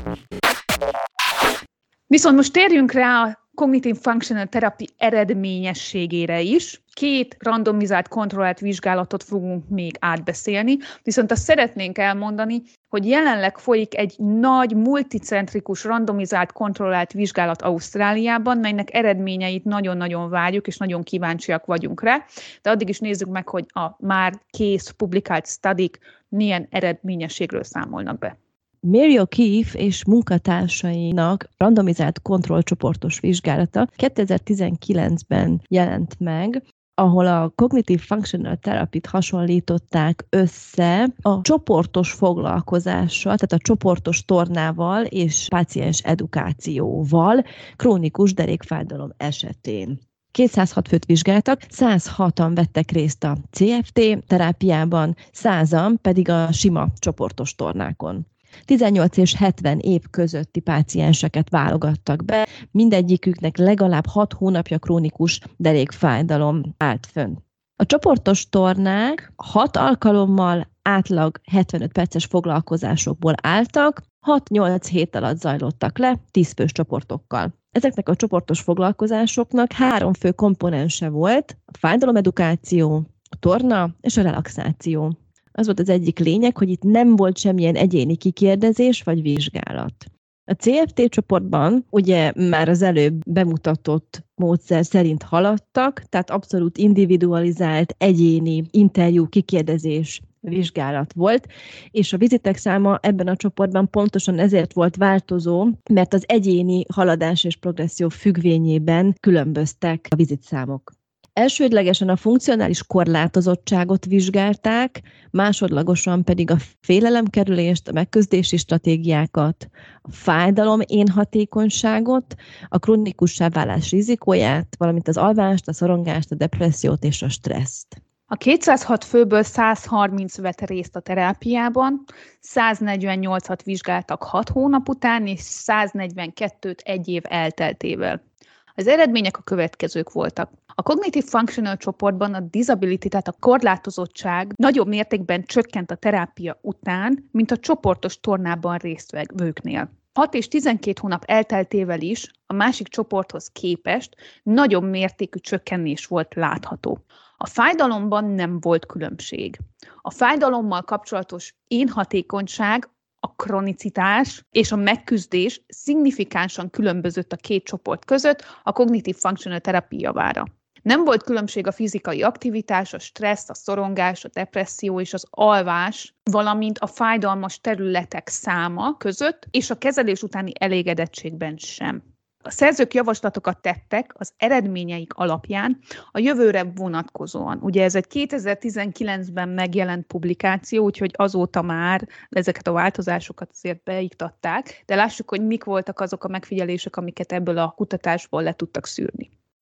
Viszont most térjünk rá a Cognitive Functional Therapy eredményességére is. Két randomizált, kontrollált vizsgálatot fogunk még átbeszélni, viszont azt szeretnénk elmondani, hogy jelenleg folyik egy nagy, multicentrikus, randomizált, kontrollált vizsgálat Ausztráliában, melynek eredményeit nagyon-nagyon várjuk, és nagyon kíváncsiak vagyunk rá, de addig is nézzük meg, hogy a már kész, publikált studik milyen eredményességről számolnak be. Mary O'Keefe és munkatársainak randomizált kontrollcsoportos vizsgálata kétezer-tizenkilencben jelent meg, ahol a Cognitive Functional Therapy-t hasonlították össze a csoportos foglalkozással, tehát a csoportos tornával és páciens edukációval krónikus derékfájdalom esetén. kétszázhat főt vizsgáltak, százhatan vettek részt a cé ef té terápiában, százan pedig a sima csoportos tornákon. tizennyolc és hetven év közötti pácienseket válogattak be, mindegyiküknek legalább hat hónapja krónikus derékfájdalom állt fönn. A csoportos tornák hat alkalommal átlag hetvenöt perces foglalkozásokból álltak, hat-nyolc hét alatt zajlottak le, tíz fős csoportokkal. Ezeknek a csoportos foglalkozásoknak három fő komponense volt: a fájdalomedukáció, a torna és a relaxáció. Az volt az egyik lényeg, hogy itt nem volt semmilyen egyéni kikérdezés vagy vizsgálat. A cé ef té csoportban ugye már az előbb bemutatott módszer szerint haladtak, tehát abszolút individualizált, egyéni interjú, kikérdezés, vizsgálat volt, és a vizitek száma ebben a csoportban pontosan ezért volt változó, mert az egyéni haladás és progresszió függvényében különböztek a vizitszámok. Elsődlegesen a funkcionális korlátozottságot vizsgálták, másodlagosan pedig a félelemkerülést, a megküzdési stratégiákat, a fájdalom énhatékonyságot, a krónikussá válás rizikóját, valamint az alvást, a szorongást, a depressziót és a stresszt. A kétszázhat főből százharminc vett részt a terápiában, száznegyvennyolcat vizsgáltak hat hónap után, és száznegyvenkettőt egy év elteltével. Az eredmények a következők voltak. A Cognitive Functional csoportban a disability, tehát a korlátozottság nagyobb mértékben csökkent a terápia után, mint a csoportos tornában résztvevőknél. hat és tizenkét hónap elteltével is a másik csoporthoz képest nagyobb mértékű csökkenés volt látható. A fájdalomban nem volt különbség. A fájdalommal kapcsolatos énhatékonyság, a kronicitás és a megküzdés szignifikánsan különbözött a két csoport között a Cognitive Functional Therapy javára. Nem volt különbség a fizikai aktivitás, a stressz, a szorongás, a depresszió és az alvás, valamint a fájdalmas területek száma között, és a kezelés utáni elégedettségben sem. A szerzők javaslatokat tettek az eredményeik alapján a jövőre vonatkozóan. Ugye ez egy kétezer-tizenkilencben megjelent publikáció, úgyhogy azóta már ezeket a változásokat azért beiktatták, de lássuk, hogy mik voltak azok a megfigyelések, amiket ebből a kutatásból le tudtak szűrni.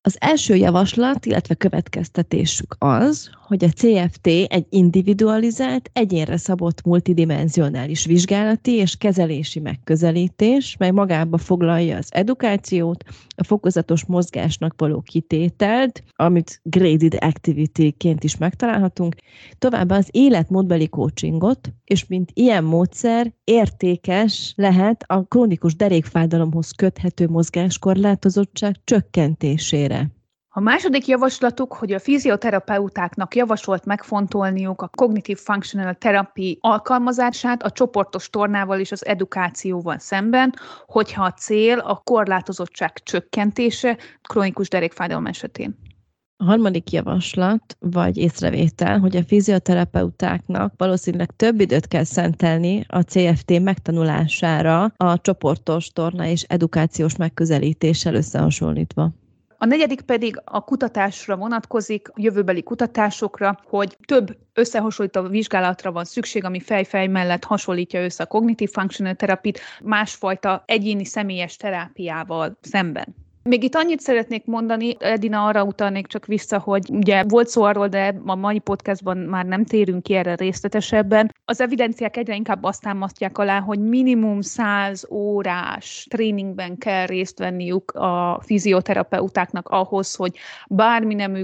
Az első javaslat, illetve következtetésük az, hogy a cé ef té egy individualizált, egyénre szabott multidimensionális vizsgálati és kezelési megközelítés, mely magába foglalja az edukációt, a fokozatos mozgásnak való kitételt, amit graded activity-ként is megtalálhatunk, továbbá az életmódbeli coachingot, és mint ilyen módszer értékes lehet a krónikus derékfájdalomhoz köthető mozgáskorlátozottság csökkentésére. A második javaslatuk, hogy a fizioterapeutáknak javasolt megfontolniuk a Cognitive Functional Therapy alkalmazását a csoportos tornával és az edukációval szemben, hogyha a cél a korlátozottság csökkentése krónikus derékfájdalom esetén. A harmadik javaslat, vagy észrevétel, hogy a fizioterapeutáknak valószínűleg több időt kell szentelni a cé ef té megtanulására a csoportos torna és edukációs megközelítéssel összehasonlítva. A negyedik pedig a kutatásra vonatkozik, a jövőbeli kutatásokra, hogy több összehasonlító vizsgálatra van szükség, ami fej-fej mellett hasonlítja össze a Cognitive Functional Therapy-t másfajta egyéni személyes terápiával szemben. Még itt annyit szeretnék mondani, Edina, arra utalnék csak vissza, hogy ugye volt szó arról, de a mai podcastban már nem térünk ki erre részletesebben. Az evidenciák egyre inkább azt támasztják alá, hogy minimum száz órás tréningben kell részt venniük a fizioterapeutáknak ahhoz, hogy bármi nemű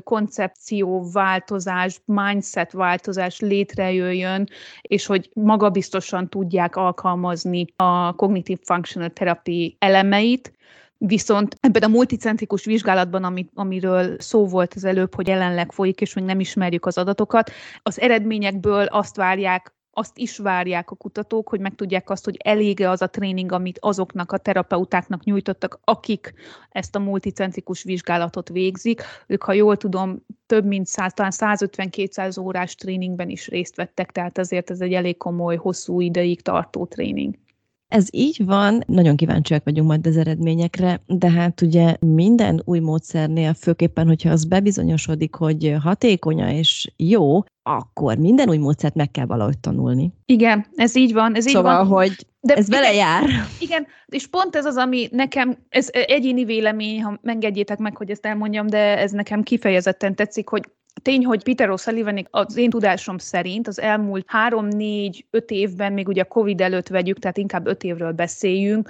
koncepcióváltozás, mindset-változás létrejöjjön, és hogy magabiztosan tudják alkalmazni a Cognitive Functional Therapy elemeit. Viszont ebben a multicentrikus vizsgálatban, amit, amiről szó volt az előbb, hogy jelenleg folyik, és még nem ismerjük az adatokat, az eredményekből azt várják, azt is várják a kutatók, hogy megtudják azt, hogy elég-e az a tréning, amit azoknak a terapeutáknak nyújtottak, akik ezt a multicentrikus vizsgálatot végzik. Ők, ha jól tudom, több mint száz, talán százötven-kétszáz órás tréningben is részt vettek, tehát azért ez egy elég komoly, hosszú ideig tartó tréning. Ez így van, nagyon kíváncsiak vagyunk majd az eredményekre, de hát ugye minden új módszernél, főképpen, hogyha az bebizonyosodik, hogy hatékony és jó, akkor minden új módszert meg kell valahogy tanulni. Igen, ez így van. Ez szóval, így van. hogy de ez vele jár. Igen, és pont ez az, ami nekem, ez egyéni vélemény, ha megengedjétek meg, hogy ezt elmondjam, de ez nekem kifejezetten tetszik, hogy tény, hogy Peter O'Sullivanék az én tudásom szerint az elmúlt három, négy, öt évben, még ugye a Covid előtt vegyük, tehát inkább öt évről beszéljünk,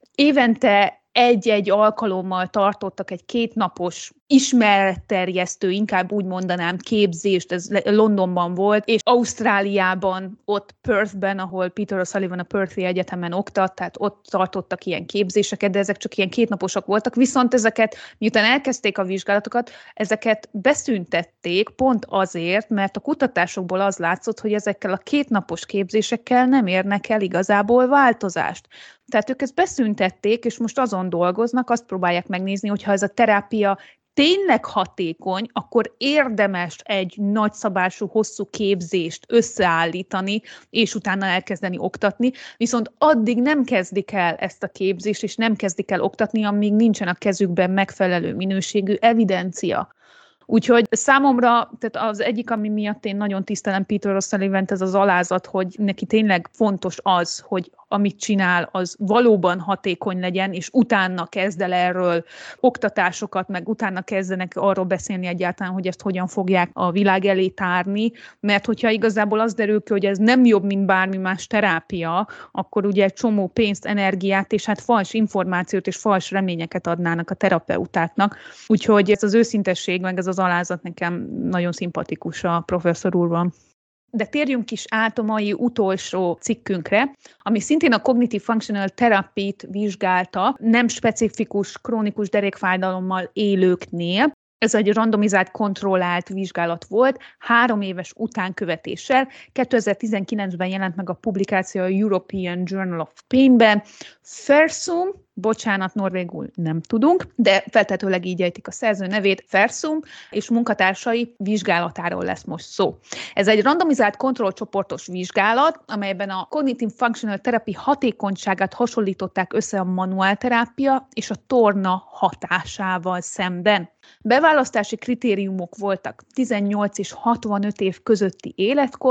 évente egy-egy alkalommal tartottak egy kétnapos ismeretterjesztő, inkább úgy mondanám, képzést, ez Londonban volt, és Ausztráliában, ott Perthben, ahol Peter O'Sullivan a Perthi Egyetemen oktat, tehát ott tartottak ilyen képzéseket, de ezek csak ilyen kétnaposak voltak, viszont ezeket, miután elkezdték a vizsgálatokat, ezeket beszüntették pont azért, mert a kutatásokból az látszott, hogy ezekkel a kétnapos képzésekkel nem érnek el igazából változást. Tehát ők ezt beszüntették, és most azon dolgoznak, azt próbálják megnézni, hogyha ez a terápia tényleg hatékony, akkor érdemes egy nagyszabású, hosszú képzést összeállítani, és utána elkezdeni oktatni, viszont addig nem kezdik el ezt a képzést, és nem kezdik el oktatni, amíg nincsen a kezükben megfelelő minőségű evidencia. Úgyhogy számomra, tehát az egyik, ami miatt én nagyon tisztelem Peter O'Sullivant, ez az alázat, hogy neki tényleg fontos az, hogy amit csinál, az valóban hatékony legyen, és utána kezd el erről oktatásokat, meg utána kezdenek arról beszélni egyáltalán, hogy ezt hogyan fogják a világ elé tárni, mert hogyha igazából az derül ki, hogy ez nem jobb, mint bármi más terápia, akkor ugye egy csomó pénzt, energiát, és hát fals információt és fals reményeket adnának a terapeutáknak. Úgyhogy ez az őszintesség, meg ez az alázat nekem nagyon szimpatikus a professzor úrban. De térjünk is át a mai utolsó cikkünkre, ami szintén a Cognitive Functional Therapy-t vizsgálta, nem specifikus krónikus derékfájdalommal élőknél. Ez egy randomizált, kontrollált vizsgálat volt, három éves utánkövetéssel. kétezer-tizenkilencben jelent meg a publikáció a European Journal of Pain-ben. Fersum, bocsánat, norvégul nem tudunk, de feltetőleg így ejtik a szerző nevét, Fersum, és munkatársai vizsgálatáról lesz most szó. Ez egy randomizált kontrollcsoportos vizsgálat, amelyben a Cognitive Functional Therapy hatékonyságát hasonlították össze a manuálterápia és a torna hatásával szemben. Beválasztási kritériumok voltak tizennyolc és hatvanöt év közötti életkor,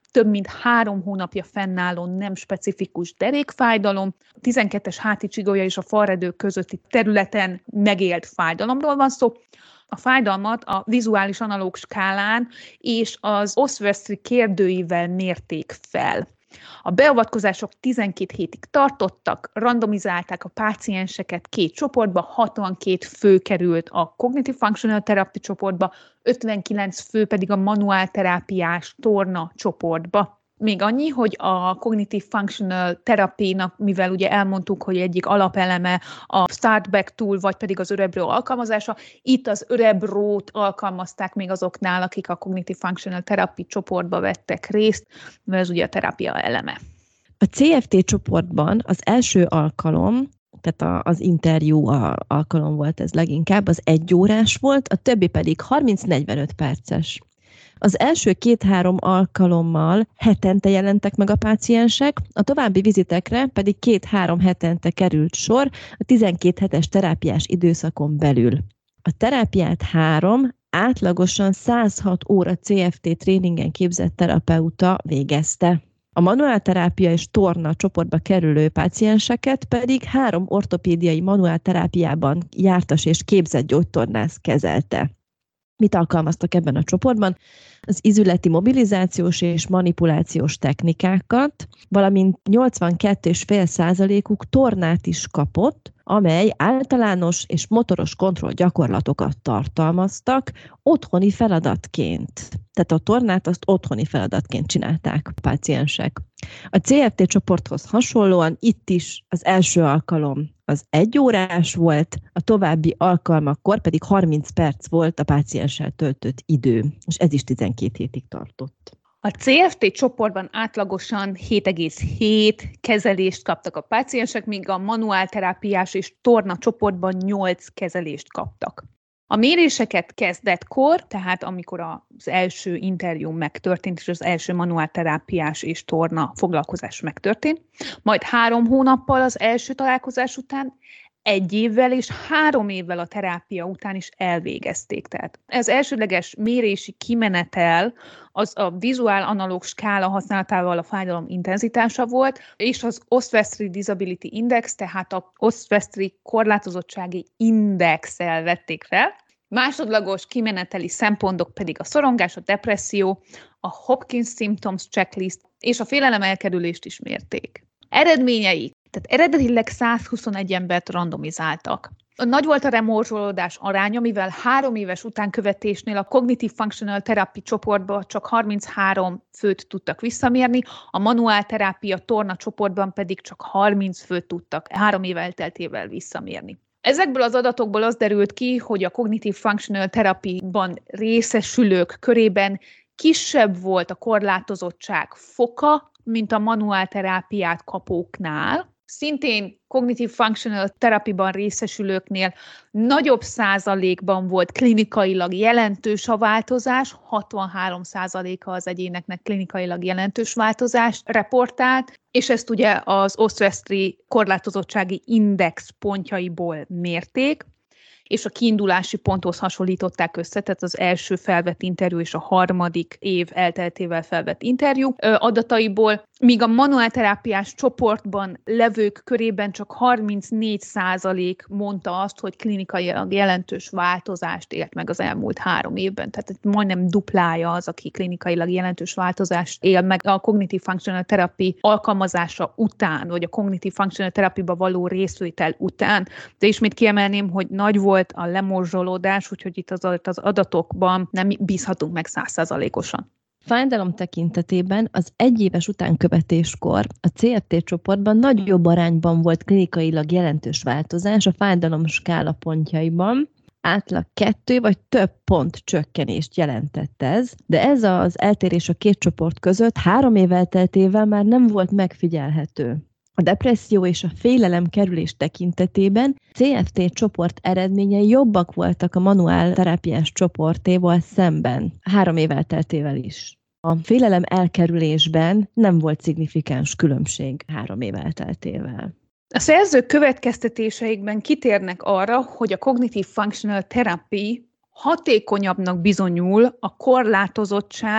több mint három hónapja fennálló nem specifikus derékfájdalom, a tizenkettes háti csigolya és a falredő közötti területen megélt fájdalomról van szó. A fájdalmat a vizuális analóg skálán és az Oswestry kérdőivel mérték fel. A beavatkozások tizenkét hétig tartottak, randomizálták a pácienseket két csoportba, hatvankét fő került a Cognitive Functional Therapy csoportba, ötvenkilenc fő pedig a manuálterápiás torna csoportba. Még annyi, hogy a Cognitive Functional Therapy-nak, mivel ugye elmondtuk, hogy egyik alapeleme a Startback Tool, vagy pedig az Örebro alkalmazása, itt az Örebrót alkalmazták még azoknál, akik a Cognitive Functional Therapy csoportba vettek részt, mert ez ugye a terápia eleme. A cé ef té csoportban az első alkalom, tehát az interjú alkalom volt ez leginkább, az egy órás volt, a többi pedig harminc-negyvenöt perces. Az első két-három alkalommal hetente jelentek meg a páciensek, a további vizitekre pedig két-három hetente került sor a tizenkét hetes terápiás időszakon belül. A terápiát három, átlagosan száz hat óra cé ef té tréningen képzett terapeuta végezte. A manuálterápia és torna csoportba kerülő pácienseket pedig három ortopédiai manuálterápiában jártas és képzett gyógytornász kezelte. Mit alkalmaztak ebben a csoportban? Az izületi mobilizációs és manipulációs technikákat, valamint nyolcvankettő egész öt százalékuk tornát is kapott, amely általános és motoros kontroll gyakorlatokat tartalmaztak otthoni feladatként. Tehát a tornát azt otthoni feladatként csinálták a páciensek. A cé ef té csoporthoz hasonlóan itt is az első alkalom az egy órás volt, a további alkalmakkor pedig harminc perc volt a pácienssel töltött idő, és ez is tizenkét hétig tartott. A cé ef té csoportban átlagosan hét egész hét kezelést kaptak a páciensek, míg a manuálterápiás és torna csoportban nyolc kezelést kaptak. A méréseket kezdetkor, tehát amikor az első interjú megtörtént, és az első manuálterápiás és torna foglalkozás megtörtént, majd három hónappal az első találkozás után, egy évvel és három évvel a terápia után is elvégezték. Tehát ez elsődleges mérési kimenetel az a vizuál analóg skála használatával a fájdalom intenzitása volt, és az Oswestry Disability Index, tehát a Oswestry korlátozottsági indexel vették fel. Másodlagos kimeneteli szempontok pedig a szorongás, a depresszió, a Hopkins Symptoms Checklist és a félelem elkerülést is mérték. Eredményei. Tehát eredetileg százhuszonegy embert randomizáltak. Nagy volt a remorzsolódás aránya, mivel három éves utánkövetésnél a Cognitive Functional Therapy csoportban csak harminchárom főt tudtak visszamérni, a manuálterápia torna csoportban pedig csak harminc főt tudtak három év elteltével visszamérni. Ezekből az adatokból az derült ki, hogy a Cognitive Functional Therapy-ban részesülők körében kisebb volt a korlátozottság foka, mint a manuálterápiát kapóknál. Szintén Cognitive Functional Therapy-ban részesülőknél nagyobb százalékban volt klinikailag jelentős a változás, hatvanhárom százaléka az egyéneknek klinikailag jelentős változást reportált, és ezt ugye az Oswestry korlátozottsági index pontjaiból mérték, és a kiindulási ponthoz hasonlították össze, tehát az első felvett interjú és a harmadik év elteltével felvett interjú adataiból, míg a manuálterápiás csoportban levők körében csak harmincnégy százalék mondta azt, hogy klinikailag jelentős változást élt meg az elmúlt három évben, tehát majdnem duplája az, aki klinikailag jelentős változást él meg a Cognitive Functional Therapy alkalmazása után, vagy a Cognitive Functional Therapy-ba való részvétel után. De ismét kiemelném, hogy nagy volt a lemorzsolódás, úgyhogy itt az, az adatokban nem bízhatunk meg száz százalékosan. Fájdalom tekintetében az egyéves utánkövetéskor a cé ef té csoportban nagyobb arányban volt klinikailag jelentős változás a fájdalom skála pontjaiban, átlag kettő vagy több pont csökkenést jelentett ez, de ez az eltérés a két csoport között három év elteltével már nem volt megfigyelhető. A depresszió és a félelem kerülés tekintetében cé ef té csoport eredményei jobbak voltak a manuál terápiás csoportéval szemben, három év elteltével is. A félelem elkerülésben nem volt szignifikáns különbség három év elteltével. A szerzők következtetéseikben kitérnek arra, hogy a Cognitive Functional Therapy hatékonyabbnak bizonyul a korlátozottság,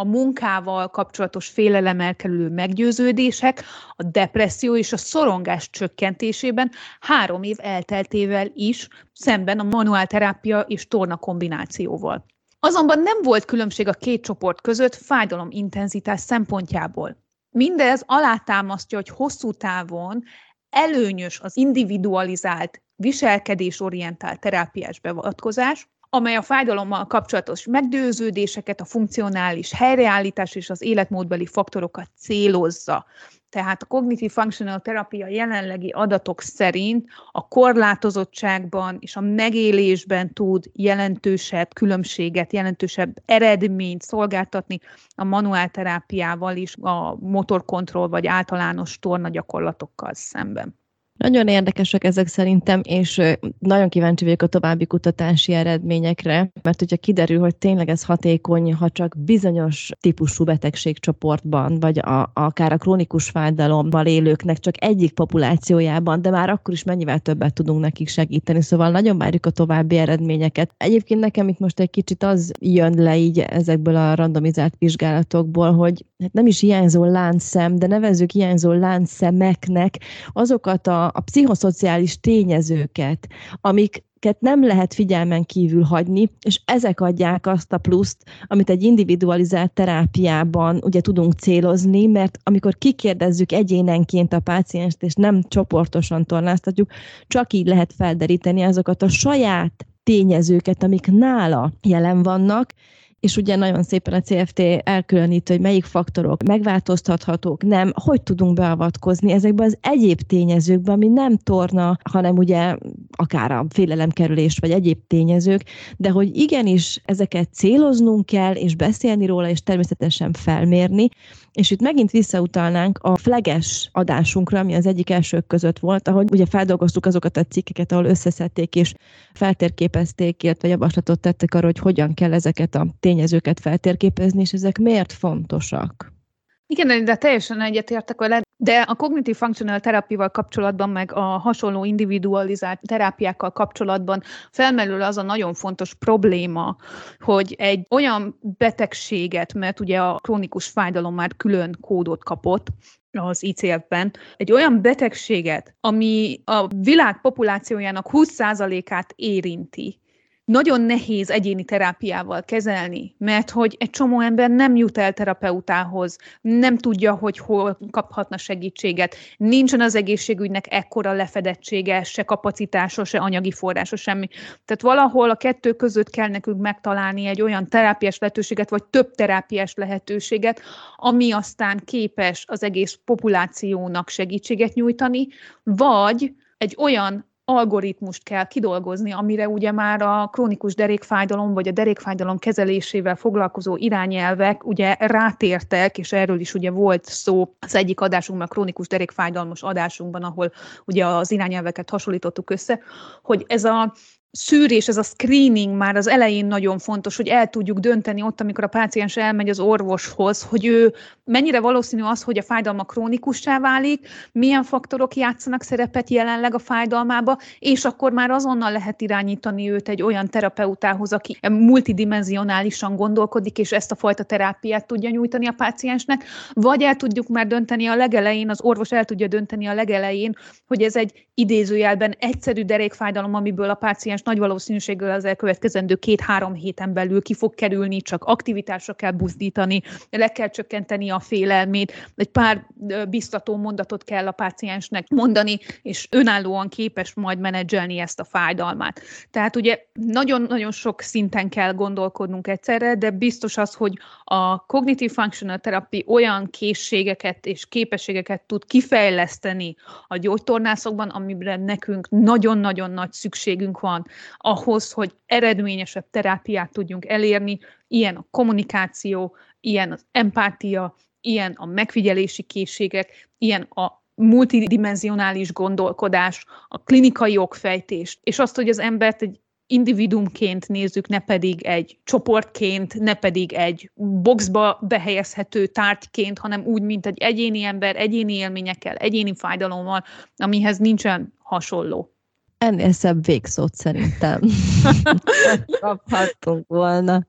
a munkával kapcsolatos félelemmel kerülő meggyőződések, a depresszió és a szorongás csökkentésében három év elteltével is, szemben a manuálterápia és torna kombinációval. Azonban nem volt különbség a két csoport között fájdalomintenzitás szempontjából. Mindez alátámasztja, hogy hosszú távon előnyös az individualizált, viselkedésorientált terápiás beavatkozás, amely a fájdalommal kapcsolatos meggyőződéseket, a funkcionális helyreállítás és az életmódbeli faktorokat célozza. Tehát a Cognitive Functional Therapia jelenlegi adatok szerint a korlátozottságban és a megélésben tud jelentősebb különbséget, jelentősebb eredményt szolgáltatni a manuálterápiával is, a motorkontroll vagy általános tornagyakorlatokkal szemben. Nagyon érdekesek ezek szerintem, és nagyon kíváncsi vagyok a további kutatási eredményekre, mert hogyha kiderül, hogy tényleg ez hatékony, ha csak bizonyos típusú betegségcsoportban, vagy a, akár a krónikus fájdalommal élőknek csak egyik populációjában, de már akkor is mennyivel többet tudunk nekik segíteni. Szóval nagyon várjuk a további eredményeket. Egyébként nekem itt most egy kicsit az jön le így ezekből a randomizált vizsgálatokból, hogy hát nem is hiányzó láncszem, de nevezzük hiányzó láncszemeknek azokat a a pszichoszociális tényezőket, amiket nem lehet figyelmen kívül hagyni, és ezek adják azt a pluszt, amit egy individualizált terápiában ugye tudunk célozni, mert amikor kikérdezzük egyénenként a pácienst, és nem csoportosan tornáztatjuk, csak így lehet felderíteni azokat a saját tényezőket, amik nála jelen vannak, és ugye nagyon szépen a cé ef té elkülönít, hogy melyik faktorok megváltoztathatók, nem, hogy tudunk beavatkozni ezekben az egyéb tényezőkben, ami nem torna, hanem ugye akár a félelemkerülés vagy egyéb tényezők, de hogy igenis ezeket céloznunk kell, és beszélni róla, és természetesen felmérni, és itt megint visszautalnánk a fleges adásunkra, ami az egyik elsők között volt, ahogy ugye feldolgoztuk azokat a cikkeket, ahol összeszedték és feltérképezték, illetve javaslatot tettek arra, hogy hogyan kell ezeket a tényezőket feltérképezni, és ezek miért fontosak. Igen, de teljesen egyetértek vele, de a Cognitive Functional Therapy-val kapcsolatban, meg a hasonló individualizált terápiákkal kapcsolatban felmerül az a nagyon fontos probléma, hogy egy olyan betegséget, mert ugye a krónikus fájdalom már külön kódot kapott az i cé ef-ben, egy olyan betegséget, ami a világ populációjának húsz százalékát érinti, nagyon nehéz egyéni terápiával kezelni, mert hogy egy csomó ember nem jut el terapeutához, nem tudja, hogy hol kaphatna segítséget, nincsen az egészségügynek ekkora lefedettsége, se kapacitása, se anyagi forrása, semmi. Tehát valahol a kettő között kell nekünk megtalálni egy olyan terápiás lehetőséget, vagy több terápiás lehetőséget, ami aztán képes az egész populációnak segítséget nyújtani, vagy egy olyan algoritmust kell kidolgozni, amire ugye már a krónikus derékfájdalom vagy a derékfájdalom kezelésével foglalkozó irányelvek ugye rátértek, és erről is ugye volt szó az egyik adásunkban, a krónikus derékfájdalmos adásunkban, ahol ugye az irányelveket hasonlítottuk össze, hogy ez a szűrés, ez a screening már az elején nagyon fontos, hogy el tudjuk dönteni ott, amikor a páciens elmegy az orvoshoz, hogy ő mennyire valószínű az, hogy a fájdalma krónikussá válik, milyen faktorok játszanak szerepet jelenleg a fájdalmába, és akkor már azonnal lehet irányítani őt egy olyan terapeutához, aki multidimenzionálisan gondolkodik, és ezt a fajta terápiát tudja nyújtani a páciensnek, vagy el tudjuk már dönteni a legelején, az orvos el tudja dönteni a legelején, hogy ez egy idézőjelben egyszerű derékfájdalom, amiből a páciens nagy valószínűséggel az elkövetkezendő két-három héten belül ki fog kerülni, csak aktivitásra kell buzdítani, le kell csökkenteni a félelmét, egy pár biztató mondatot kell a páciensnek mondani, és önállóan képes majd menedzselni ezt a fájdalmát. Tehát ugye nagyon-nagyon sok szinten kell gondolkodnunk egyszerre, de biztos az, hogy a Cognitive Functional Therapy olyan készségeket és képességeket tud kifejleszteni a gyógytornászokban, amire nekünk nagyon-nagyon nagy szükségünk van ahhoz, hogy eredményesebb terápiát tudjunk elérni, ilyen a kommunikáció, ilyen az empátia, ilyen a megfigyelési készségek, ilyen a multidimenzionális gondolkodás, a klinikai okfejtés, és azt, hogy az embert egy individumként nézzük, ne pedig egy csoportként, ne pedig egy boxba behelyezhető tárgyként, hanem úgy, mint egy egyéni ember, egyéni élményekkel, egyéni fájdalommal, amihez nincsen hasonló. Ennél szebb végszót szerintem kaphattunk volna.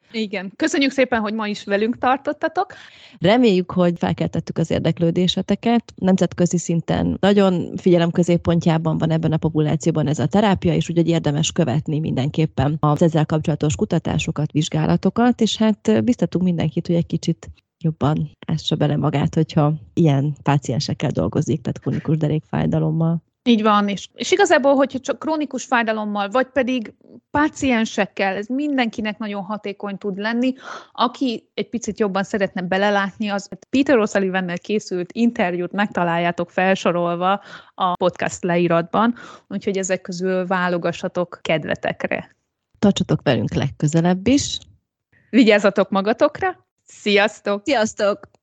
Igen. Köszönjük szépen, hogy ma is velünk tartottatok. Reméljük, hogy felkeltettük az érdeklődéseteket. Nemzetközi szinten nagyon figyelem középpontjában van ebben a populációban ez a terápia, és úgyhogy érdemes követni mindenképpen az ezzel kapcsolatos kutatásokat, vizsgálatokat, és hát biztatunk mindenkit, hogy egy kicsit jobban ássa bele magát, hogyha ilyen páciensekkel dolgozik, tehát krónikus derékfájdalommal. Így van, és, és igazából, hogyha csak krónikus fájdalommal, vagy pedig páciensekkel, ez mindenkinek nagyon hatékony tud lenni. Aki egy picit jobban szeretne belelátni, az Peter O'Sullivannel készült interjút megtaláljátok felsorolva a podcast leíratban, úgyhogy ezek közül válogassatok kedvetekre. Tartsatok velünk legközelebb is. Vigyázzatok magatokra! Sziasztok! Sziasztok!